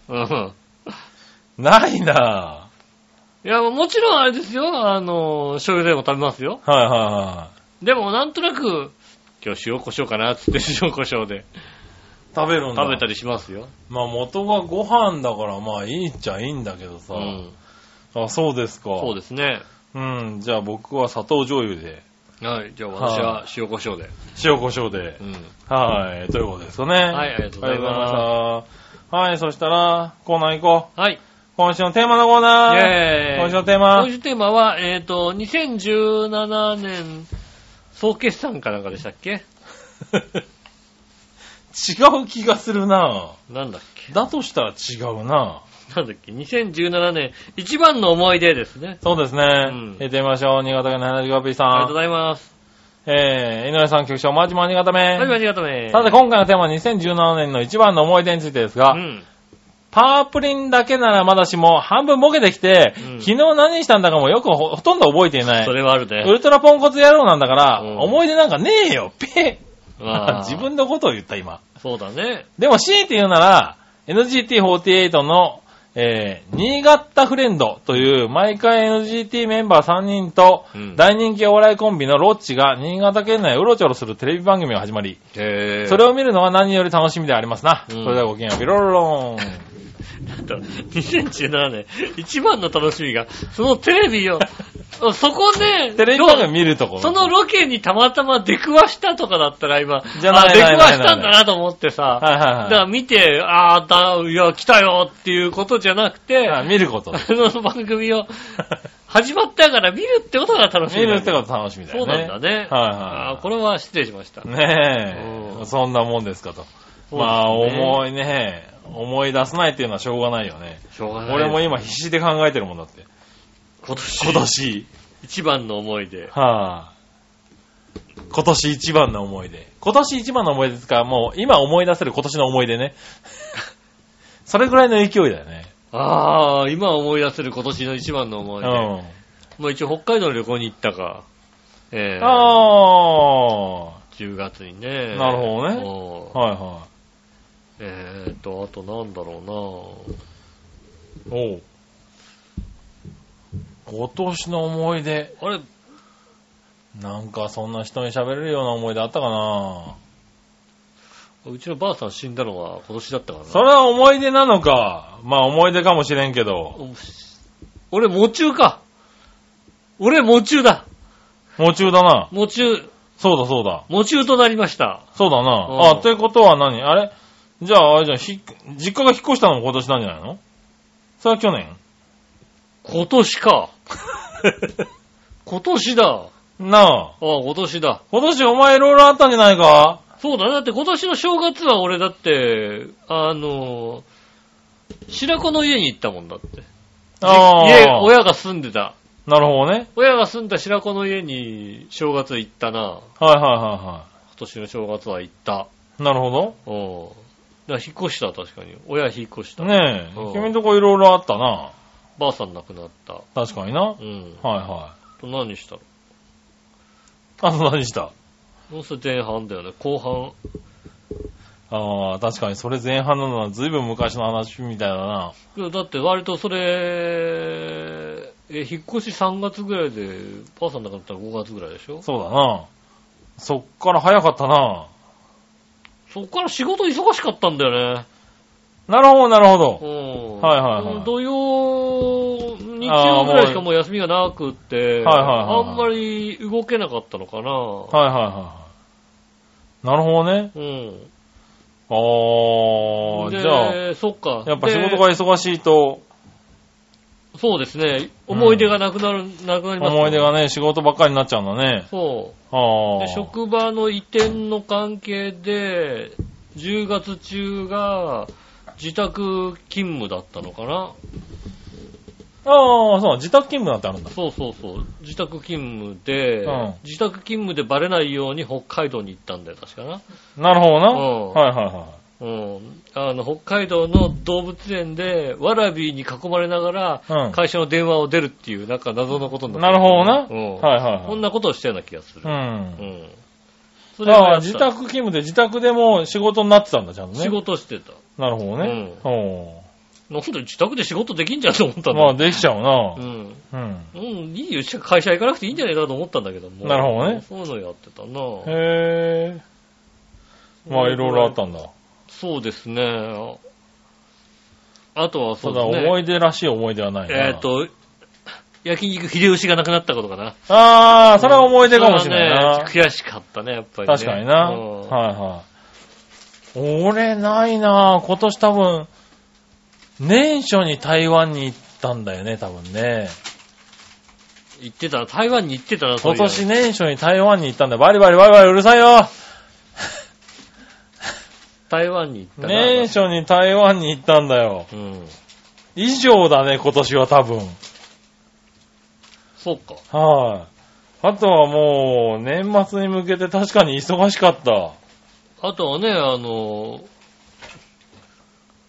ないなぁ。 いや、もちろんあれですよ。醤油でも食べますよ。でもなんとなく、今日塩胡椒かなってって塩胡椒で。 食べるんだ。 食べたりしますよ。 元がご飯だからいいっちゃいいんだけどさ。そうですか。 そうですね。 じゃあ僕は砂糖醤油で。 はい。じゃあ私は塩胡椒で。 塩胡椒で。はい。ということですかね。 はい、ありがとうございました。はい、そしたら、コーナー行こう。 はい。 今週のテーマのコーナー。今週のテーマ。 今週のテーマは、2017年、総決算かなんかでしたっけ？ 違う気がするなぁ。 なんだっけ？ だとしたら違うなぁ。なんだっけ ?2017 年、一番の思い出ですね。 そうですね。行ってみましょう。新潟県の 75P さん。 ありがとうございます。 井上さん局長、まじまにがため。 まじまにがため。 さて、今回のテーマは2017年の一番の思い出についてですが、 パワープリンだけならまだしも、半分ボケてきて、昨日何したんだかもよくほとんど覚えていない。 それはあるね。 ウルトラポンコツ野郎なんだから、思い出なんかねえよ、自分のことを言った今。 そうだね。 でも強いて言うなら、NGT48 の、新潟フレンドという毎回 NGT メンバー3人と大人気お笑いコンビのロッチが新潟県内をうろちょろするテレビ番組が始まり、それを見るのは何より楽しみでありますな。それではごきげんよう、ビロロローン。 2017年一番の楽しみがそのテレビをそこでテレビ番組見るとこそのロケにたまたま出くわしたとかだったら今出くわしたんだなと思ってさ、だから見ていや来たよっていうことじゃなくて見ることその番組を始まったから見るってことが楽しみだ、 見るってこと楽しみだよね。 そうなんだね。これは失礼しましたねえ、そんなもんですかと。まあ思い出せないっていうのはしょうがないよね。 しょうがない。 俺も今必死で考えてるもんだって。今年一番の思い出。 今年一番の思い出。今年一番の思い出ですか、もう今思い出せる今年の思い出ね。それぐらいの勢いだよね。 今思い出せる今年の一番の思い出。もう一応北海道の旅行に行ったか。10月にね。 なるほどね。はいはい。 あとなんだろうな。 今年の思い出。 あれなんかそんな人に喋れるような思い出あったかな。 うちのばあさん死んだのは今年だったからな。 それは思い出なのか。まあ思い出かもしれんけど。 俺、喪中か。俺、喪中だ。 喪中だな。 喪中。 そうだそうだ。 喪中となりました。 そうだな。ってことは何あれじゃあ、実家が引っ越したのも今年なんじゃないの？それは去年？ 今年か。今年だ。 なあ。 今年だ。 今年お前いろいろあったんじゃないか？ そうだね。だって今年の正月は俺だって、白子の家に行ったもんだって。親が住んでた。 なるほどね。 親が住んだ白子の家に正月行ったな。はい今年の正月は行った。 なるほど。 だから引っ越した、確かに。親引っ越した。 ねえ。君んとこいろいろあったな。 ばあさん亡くなった。 確かにな。何したの？何した？ もうそれ前半だよね。後半。 確かにそれ前半なのは随分昔の話みたいだな。 いや、だって割とそれ、引っ越し3月ぐらいで、ばあさん亡くなったら5月ぐらいでしょ？ そうだな。そっから早かったな。 そっから仕事忙しかったんだよね。 なるほど、なるほど。 土曜、日曜ぐらいしかもう休みがなくって、あんまり動けなかったのかな。 なるほどね。じゃあ、 そっか。 やっぱ仕事が忙しいと、 そうですね。思い出がなくなります、 思い出がね、仕事ばっかりになっちゃうんだね。 そう。で職場の移転の関係で、10月中が自宅勤務だったのかな。 そう、自宅勤務なんてあるんだ。 そう。自宅勤務で、自宅勤務でバレないように北海道に行ったんだよ、確かな。 なるほどな。 北海道の動物園で、ワラビーに囲まれながら、会社の電話を出るっていう、なんか謎のことになった。 なるほどな。 こんなことをしたような気がする。 それは自宅勤務で自宅でも仕事になってたんだ、ちゃんとね。 仕事してた。 なるほどね。 なんで自宅で仕事できんじゃんと思ったんだ。 まあできちゃうな。 いいよ、会社行かなくていいんじゃないかと思ったんだけども。 なるほどね。 そういうのやってたな。 まあいろいろあったんだ。 そうですね。あとはそうですね。 ただ思い出らしい思い出はないな。 焼肉秀吉がなくなったことかな。 それは思い出かもしれないな。 悔しかったね、やっぱりね。 確かにな。俺ないな。今年多分、年初に台湾に行ったんだよね、多分ね。 行ってた、台湾に行ってたな、 今年年初に台湾に行ったんだよ。バリバリうるさいよ。 台湾に行ったな。 年初に台湾に行ったんだよ。以上だね、今年は多分。 そうか。 あとはもう、年末に向けて確かに忙しかった。 あとはね、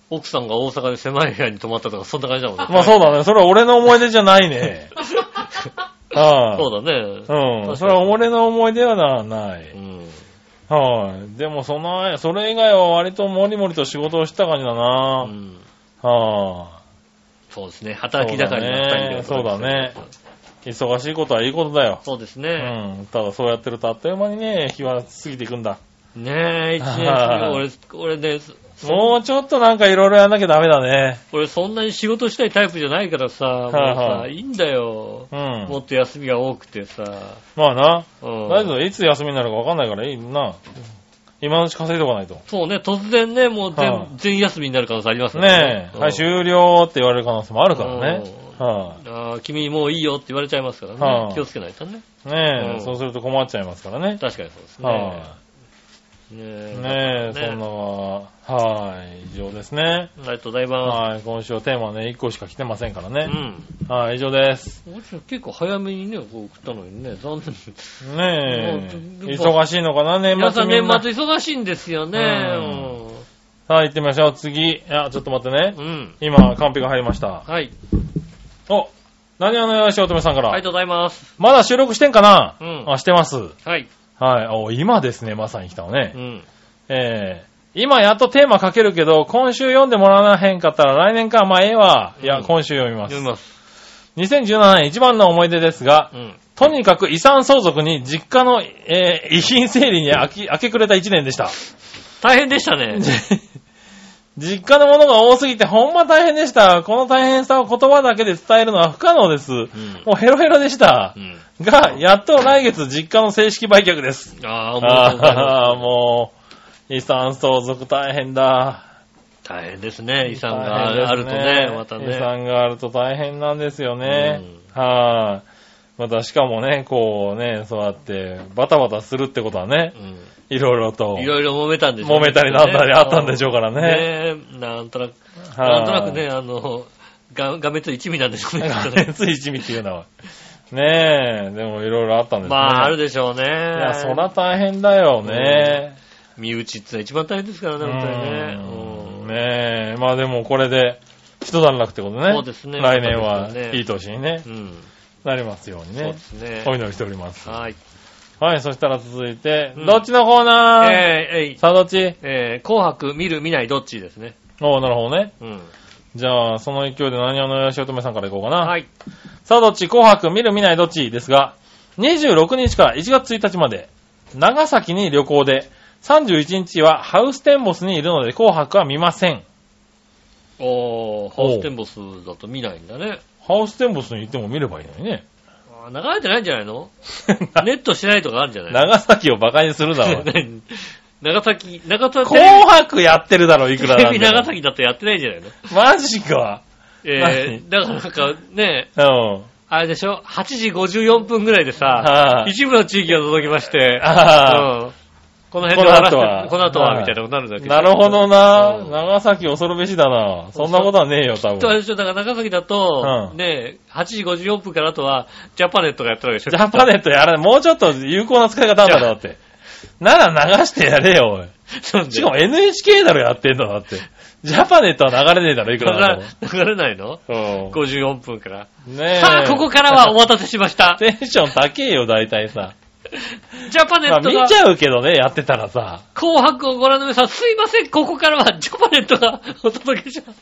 奥さんが大阪で狭い部屋に泊まったとか、そんな感じだもんね。 まあそうだね。それは俺の思い出じゃないね。 ああ。そうだね。 うん。それは俺の思い出はない。うん。はい、でもそれ以外は割ともりもりと仕事をした感じだな。うん。 そうですね。働き盛りの2人で。 そうだね。忙しいことはいいことだよ。 そうですね。 うん。ただそうやってるとあっという間にね、日は過ぎていくんだ。 ねえ、一年俺ね、 もうちょっとなんかいろいろやんなきゃダメだね。 俺そんなに仕事したいタイプじゃないからさ、もうさ、いいんだよ。うん。もっと休みが多くてさ。 まあな。うん。だけどいつ休みになるかわかんないからいいな。今のうち稼いでおかないと。 そうね、突然ね、もう全休みになる可能性ありますからね。はい、終了って言われる可能性もあるからね。 君もういいよって言われちゃいますからね。気をつけないとね。 ねえ、そうすると困っちゃいますからね。 確かにそうですね。 ねえ、そんなはい、以上ですね。ありがとうございます。 はい、今週はテーマはね、1個しか来てませんからね。うん。はい、以上です。 結構早めにね、こう送ったのにね、残念。 ねえ、忙しいのかな、年末。 皆さん年末忙しいんですよね。 さあ、行ってみましょう。次。ちょっと待ってね。うん。今、カンペが入りました。 はい。 お、何話のよしおとめさんから。 ありがとうございます。 まだ収録してんかな？ うん。 してます。 はい。 はい。今ですね、まさに来たのね。うん。今やっとテーマかけるけど、今週読んでもらわへんかったら来年か、まあええわ。いや、今週読みます。 読みます。 2017年一番の思い出ですが、とにかく遺産相続に実家の、遺品整理に明け暮れた1年でした。 大変でしたね。 実家のものが多すぎてほんま大変でした。この大変さを言葉だけで伝えるのは不可能です。もうヘロヘロでした。が、やっと来月実家の正式売却です。もう、遺産相続大変だ。 大変ですね。遺産があるとね、またね。 遺産があると大変なんですよね。はい。またしかもね、こうね、そうやってバタバタするってことはね、いろいろと。 いろいろ揉めたんでしょうね。揉めたりなんだりあったんでしょうからね。 なんとなくね、画面つ一味なんでしょうね。 画面つ一味っていうのは。ねえ、でもいろいろあったんですね。 まあ、あるでしょうね。いや、そら大変だよね。 身内ってのは一番大変ですからね、本当にね。 ねえ、まあでもこれで一段落ってことね。 そうですね。 来年はいい年にね、なりますようにね。 そうですね。 お祈りしております。 はい。 はい、そしたら続いて、どっちのコーナー？さあどっち？ 紅白見る見ないどっちですね。 なるほどね。じゃあ、その勢いで何話のよしおとめさんからいこうかな。 はい。 さあどっち？紅白見る見ないどっちですが、26日から1月1日まで、長崎に旅行で、31日はハウステンボスにいるので紅白は見ません。 ハウステンボスだと見ないんだね。 ハウステンボスに行っても見ればいいのにね。 流れてないんじゃないの？ネットしないとかあるんじゃない？ 長崎を馬鹿にするだろ。 長崎。 紅白やってるだろ、いくらなんで。 テレビ長崎だとやってないんじゃないの？ マジか。 だからなんかね、あれでしょ ?8 時54分ぐらいでさ、一部の地域が届きまして、この辺でこの後はみたいなことになるんだけど。 なるほどな。長崎恐るべしだな。そんなことはねえよ、多分。 あれでしょ、だから長崎だと、ね、8時54分からあとは、ジャパネットがやってるわけでしょ。 ジャパネットやらない。もうちょっと有効な使い方あんだろ、だって。なら流してやれよ、おい。しかも NHK だろ、やってんだ、だって。ジャパネットは流れねえだろ、いくらだろ。 流れないの？ 54 分から。 ねえ。 さあ、ここからはお待たせしました。 テンション高えよ、大体さ。 ジャパネットが。 見ちゃうけどね、やってたらさ。 紅白をご覧の皆さん、すいません、ここからはジャパネットがお届けします。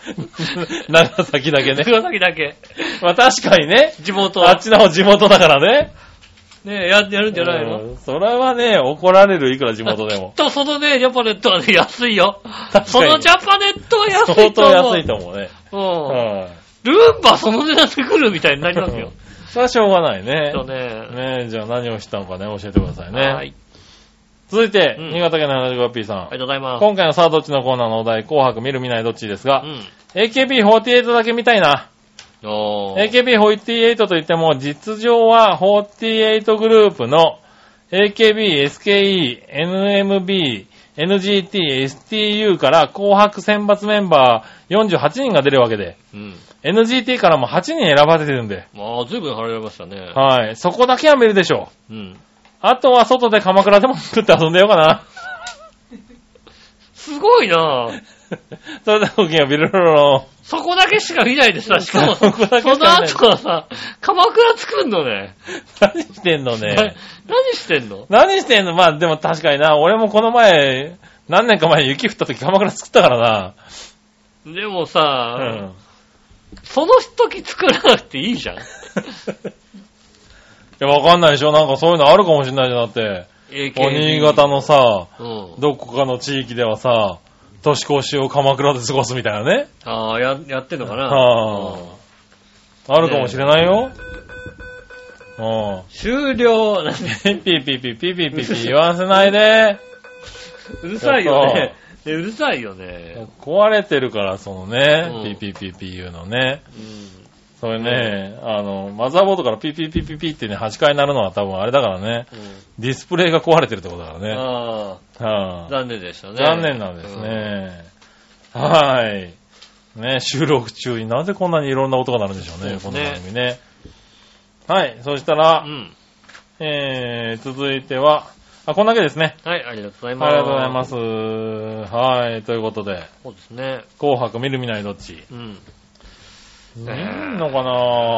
長崎だけね。 長崎だけ。 まあ確かにね。 地元。 あっちの方地元だからね。 ねえ、やるんじゃないの？ それはね、怒られる、いくら地元でも。 そのね、ジャパネットはね、安いよ。そのジャパネットは安いと思う。 相当安いと思うね。 ルンバその値段で来るみたいになりますよ。 それはしょうがないね。 そうね。 ねえ、じゃあ何をしたのかね、教えてくださいね。はい。続いて、新潟県の 75P さん。 ありがとうございます。 今回のさあどっちのコーナーのお題、紅白見る見ないどっちですが、AKB48 だけ見たいな。AKB48 といっても、実情は48グループの AKB、SKE、NMB、NGT、STU から紅白選抜メンバー48人が出るわけで、NGT からも8人選ばれてるんで。 まあ、随分払いましたね。 はい。そこだけは見るでしょう。あとは外で鎌倉でも作って遊んでようかな。 すごいなぁ。 それでごきげんよう、ビルロロ。 そこだけしか見ないでさ、しかも、その後はさ、鎌倉作んのね。 何してんのね。 何してんのまあでも確かにな、俺もこの前、何年か前に雪降った時鎌倉作ったからな。 でもさ、その時作らなくていいじゃん。いや、わかんないでしょ。なんかそういうのあるかもしれないじゃん。だって。新潟のさ、どこかの地域ではさ、年越しを鎌倉で過ごすみたいなね。 ああ、やってんのかな。 あるかもしれないよ。 終了。 ピーピーピーピーピーピー言わせないで。 うるさいよね。うるさいよね。 壊れてるから、そのね、ピーピーピーピー言うのね。それね、マザーボードからピーピーピーピーピーってね、8回鳴るのは多分あれだからね、ディスプレイが壊れてるってことだからね。 残念でしたね。 残念なんですね。はい。ね、収録中になぜこんなにいろんな音が鳴るんでしょうね、この番組ね。はい、そしたら、続いては、こんだけですね。 はい、ありがとうございます。 ありがとうございます。はい、ということで。 そうですね。 紅白見る見ないどっち？いいのかな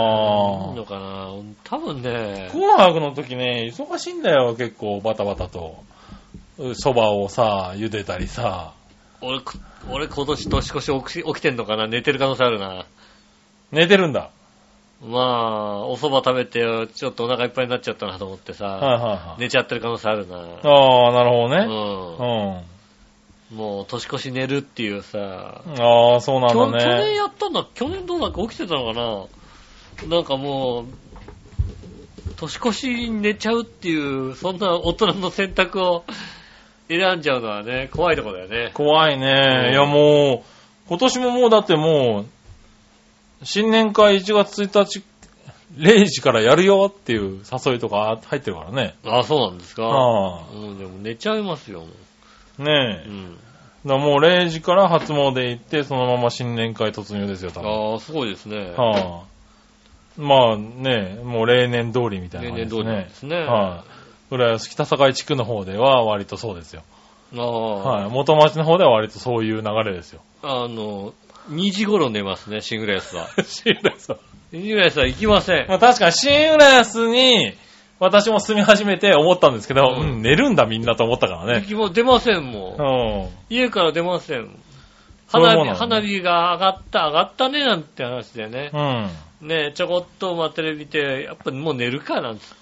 多分ね。 紅白の時ね、忙しいんだよ、結構バタバタと。蕎麦をさ、茹でたりさ。 俺今年年越し起きてんのかな？寝てる可能性あるな。 寝てるんだ。 まあ、お蕎麦食べて、ちょっとお腹いっぱいになっちゃったなと思ってさ、寝ちゃってる可能性あるな。 ああ、なるほどね。 もう、年越し寝るっていうさ。 ああ、そうなんだね。 去年やったんだ。去年どうだか起きてたのかな。なんかもう、年越しに寝ちゃうっていう、そんな大人の選択を選んじゃうのはね、怖いとこだよね。 怖いね。いやもう、今年ももうだってもう、新年会1月1日、0時からやるよっていう誘いとか入ってるからね。 ああ、そうなんですか。でも寝ちゃいますよ。 ねえ。だもう0時から初詣行って、そのまま新年会突入ですよ、多分。 ああ、すごいですね。 まあね、もう例年通りみたいな感じですね。例年通りですね。浦安北境地区の方では割とそうですよ。元町の方では割とそういう流れですよ。 2時頃寝ますね、新浦安は。 新浦安は。 新浦安は行きません。 まあ、確かに新浦安に、私も住み始めて思ったんですけど、寝るんだみんなと思ったからね。 出ませんもん。家から出ません。花火が上がったねなんて話でね。ねちょこっとテレビで、やっぱりもう寝るかなんつって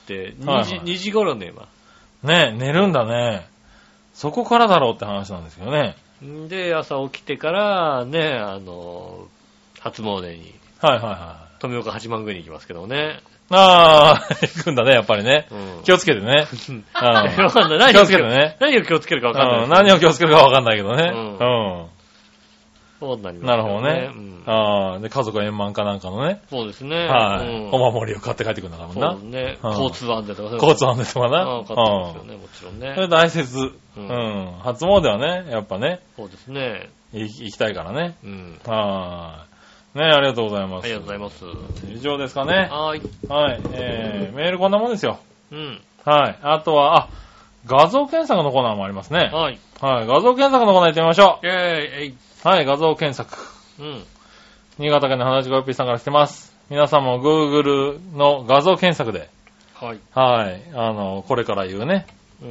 、2時頃寝ます。 ね寝るんだね。そこからだろうって話なんですけどね。 で、朝起きてから、ね、初詣に。富岡八幡宮に行きますけどね。 ああ、行くんだね、やっぱりね。気をつけてね。気をつけてね。 何を気をつけるか分かんない。 何を気をつけるか分かんないけどね。 そうなりますね。 なるほどね。で、家族円満かなんかのね。 そうですね。 お守りを買って帰ってくるんだからな。 そうですね。交通安全とか交通安全とかな。 買ってますよね、もちろんね。 それ大切。初詣はね、やっぱね。 そうですね。 行きたいからね。ねありがとうございます。 ありがとうございます。 以上ですかね。 はい。 メールこんなもんですよ。はい。あとは、画像検索のコーナーもありますね。はい。画像検索のコーナー行ってみましょう。はい、画像検索。新潟県の花地ごよっぴーさんから来てます。皆さんも Google の画像検索で。はい。これから言うね。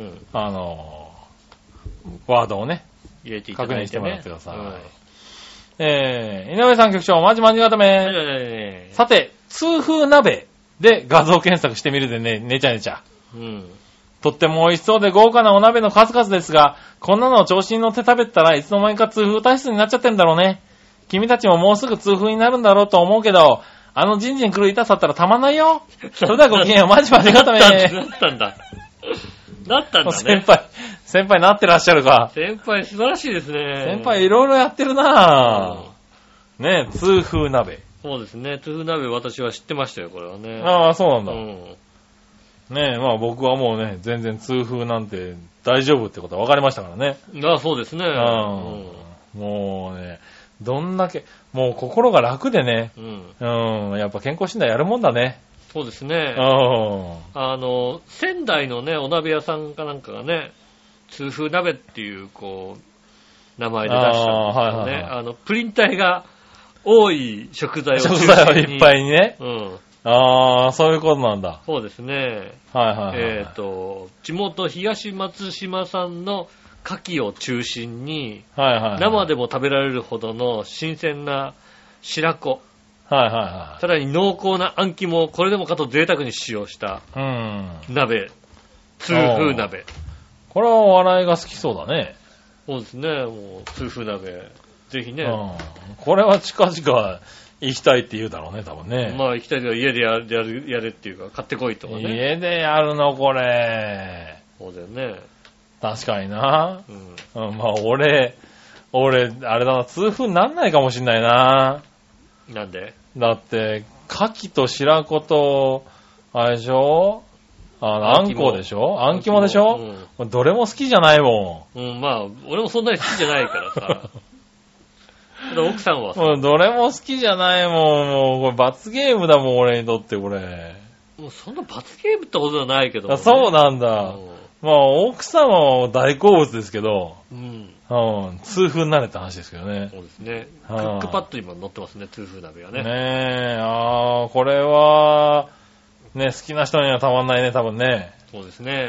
ワードをね。 入れていただいて、 確認してもらってください。井上さん局長、まじまじ固め。さて、痛風鍋で画像検索してみるでね、ねちゃねちゃ。とっても美味しそうで豪華なお鍋の数々ですが、こんなのを調子に乗って食べたらいつの間にか痛風体質になっちゃってんだろうね。君たちももうすぐ痛風になるんだろうと思うけど、ジンジン来る痛さったらたまんないよ。それではごきげんよう、まじまじ固め。 なったんだね。 先輩なってらっしゃるか。 先輩素晴らしいですね。 先輩いろいろやってるなぁ。ねえ、痛風鍋。 そうですね、痛風鍋私は知ってましたよ、これはね。 ああ、そうなんだ。ねえ、まあ僕はもうね、全然痛風なんて大丈夫ってことは分かりましたからね。 そうですね。 もうね、どんだけ、もう心が楽でね、やっぱ健康診断やるもんだね。 そうですね。仙台のね、お鍋屋さんかなんかがね、痛風鍋っていう、 名前で出したんですけどね。プリン体が多い食材をいっぱいにね。そういうことなんだ。 そうですね。地元東松島産の牡蠣を中心に、生でも食べられるほどの新鮮な白子。さらに濃厚なあん肝をこれでもかと贅沢に使用した鍋。痛風鍋。 これはお笑いが好きそうだね。 そうですね。もう痛風鍋。ぜひね。 これは近々行きたいって言うだろうね、多分ね。 まあ行きたいけど家でやれっていうか、買ってこいとかね。 家でやるの、これ。 そうだよね。 確かにな。まあ俺、あれだな、痛風になんないかもしんないな。 なんで？ だって、牡蠣と白子と、あれでしょ？あんこでしょ？あん肝でしょ？どれも好きじゃないもん。まあ、俺もそんなに好きじゃないからさ。奥さんはどれも好きじゃないもん。もう、これ罰ゲームだもん、俺にとってこれ。 もうそんな罰ゲームってことじゃないけど、ね。 そうなんだ。まあ、奥様は大好物ですけど、痛風になれって話ですけどね。 そうですね。クックパッドにも載ってますね、痛風鍋がね。 ねえ、これは、ね、好きな人にはたまんないね、多分ね。 そうですね。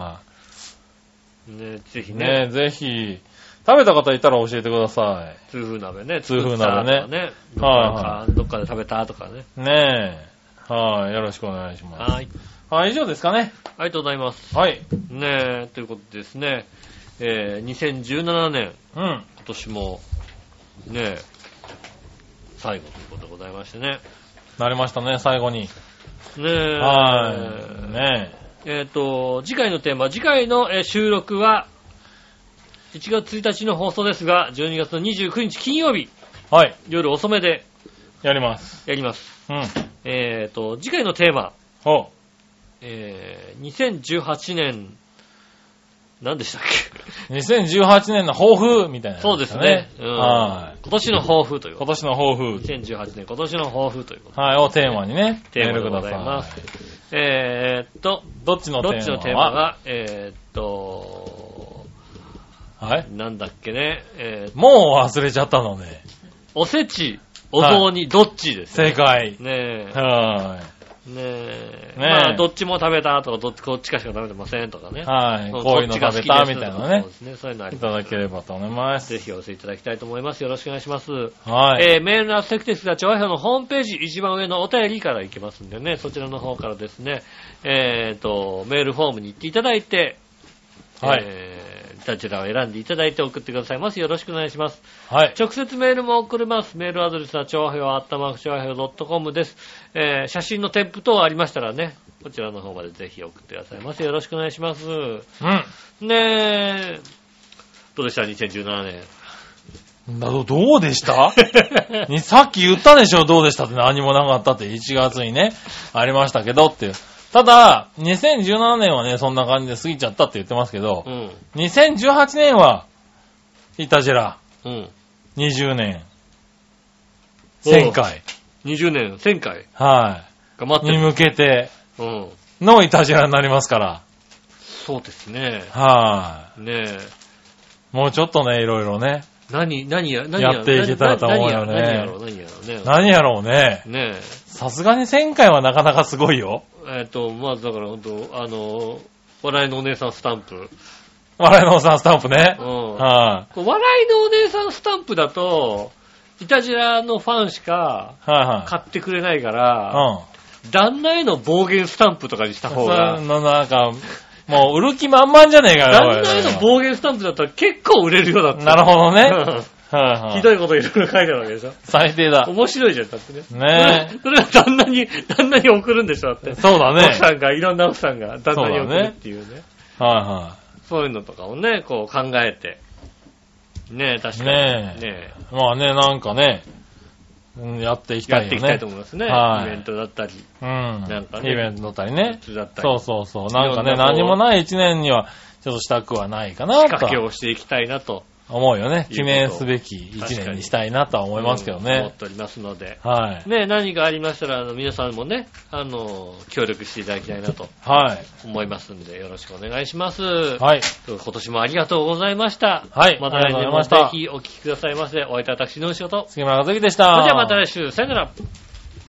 ね、ぜひね。 ね、ぜひ、食べた方いたら教えてください。 痛風鍋ね。 痛風鍋ね。 どっかで食べたとかね。 ねえ。よろしくお願いします。以上ですかね。 ありがとうございます。 はい。 ねえ、ということでですね、2017年、今年も、ねえ、最後ということでございましてね。 なりましたね、最後に。 ねえ。 ねえ。次回のテーマ、次回の収録は、1月1日の放送ですが、12月の29日金曜日。 はい。 夜遅めで。 やります。 次回のテーマ。2018年、何でしたっけ ？2018年の抱負みたいな、ね。 そうですね。今年の抱負ということ。 今年の抱負。 2018年今年の抱負ということ。 をテーマにね、 テーマでございます。 どっちのテーマが、なんだっけね。 もう忘れちゃったのね。 おせち、お雑煮、どっちです、 正解。 ねえ。ねえ。まあ、どっちも食べたとか、こっちかしか食べてませんとかね。 こういうの食べたみたいなね。 そうですね。そういうのありいただければと思います。 ぜひお寄せいただきたいと思います。よろしくお願いします。 メールのアクセスですが、調和表のホームページ、一番上のお便りから行けますんでね、そちらの方からですね、メールフォームに行っていただいて、こちらを選んでいただいて送ってくださいます。よろしくお願いします。直接メールも送れます。メールアドレスは調和表@.com です。写真の添付等ありましたらね、こちらの方までぜひ送ってくださいます。よろしくお願いします。ねえ、どうでした 2017年。 どうでしたさっき言ったでしょ、どうでしたって何もなかったって1月にね、ありましたけどっていう。ただ、2017年はね、そんな感じで過ぎちゃったって言ってますけど、2018年は、イタジェラ、20年、1000回。 20年、1000回。 頑張って。に向けて、のイタジェラになりますから。 そうですね。ねえ。 もうちょっとね、いろいろね。 何やっていけたらと思うよね。 何やろうね。 ねえ。 さすがに1000回はなかなかすごいよ。 まずだから本当笑いのお姉さんスタンプ。 笑いのお姉さんスタンプね。 笑いのお姉さんスタンプだと、イタジラのファンしか買ってくれないから、旦那への暴言スタンプとかにした方が。 なんか、もう売る気満々じゃねえかよ。 旦那への暴言スタンプだったら結構売れるようだった。 なるほどね。 ひどいこといろいろ書いてあるわけでしょ。 最低だ。 面白いじゃん、だってね。 ねえ。 それは旦那に送るんでしょ、だって。 そうだね。 いろんな奥さんが旦那に送るっていうね。そういうのとかをね、こう考えて。ねえ、確かに。ねえ。 まあね、なんかね、やっていきたいよね。 やっていきたいと思いますね。イベントだったり。 なんかね。イベントだったりね。 だったり。 そう。なんかね、何もない一年には、ちょっとしたくはないかなと。 仕掛けをしていきたいなと。 思うよね。記念すべき一年にしたいなとは思いますけどね。 思っておりますので。 はい。 ね、何かありましたら、皆さんもね、協力していただきたいなと。 はい。 思いますんで、よろしくお願いします。 はい。 今年もありがとうございました。 はい。 また来年もぜひお聞きくださいませ。お会いいたい私の仕事。 杉村和之でした。 それではまた来週。さよなら。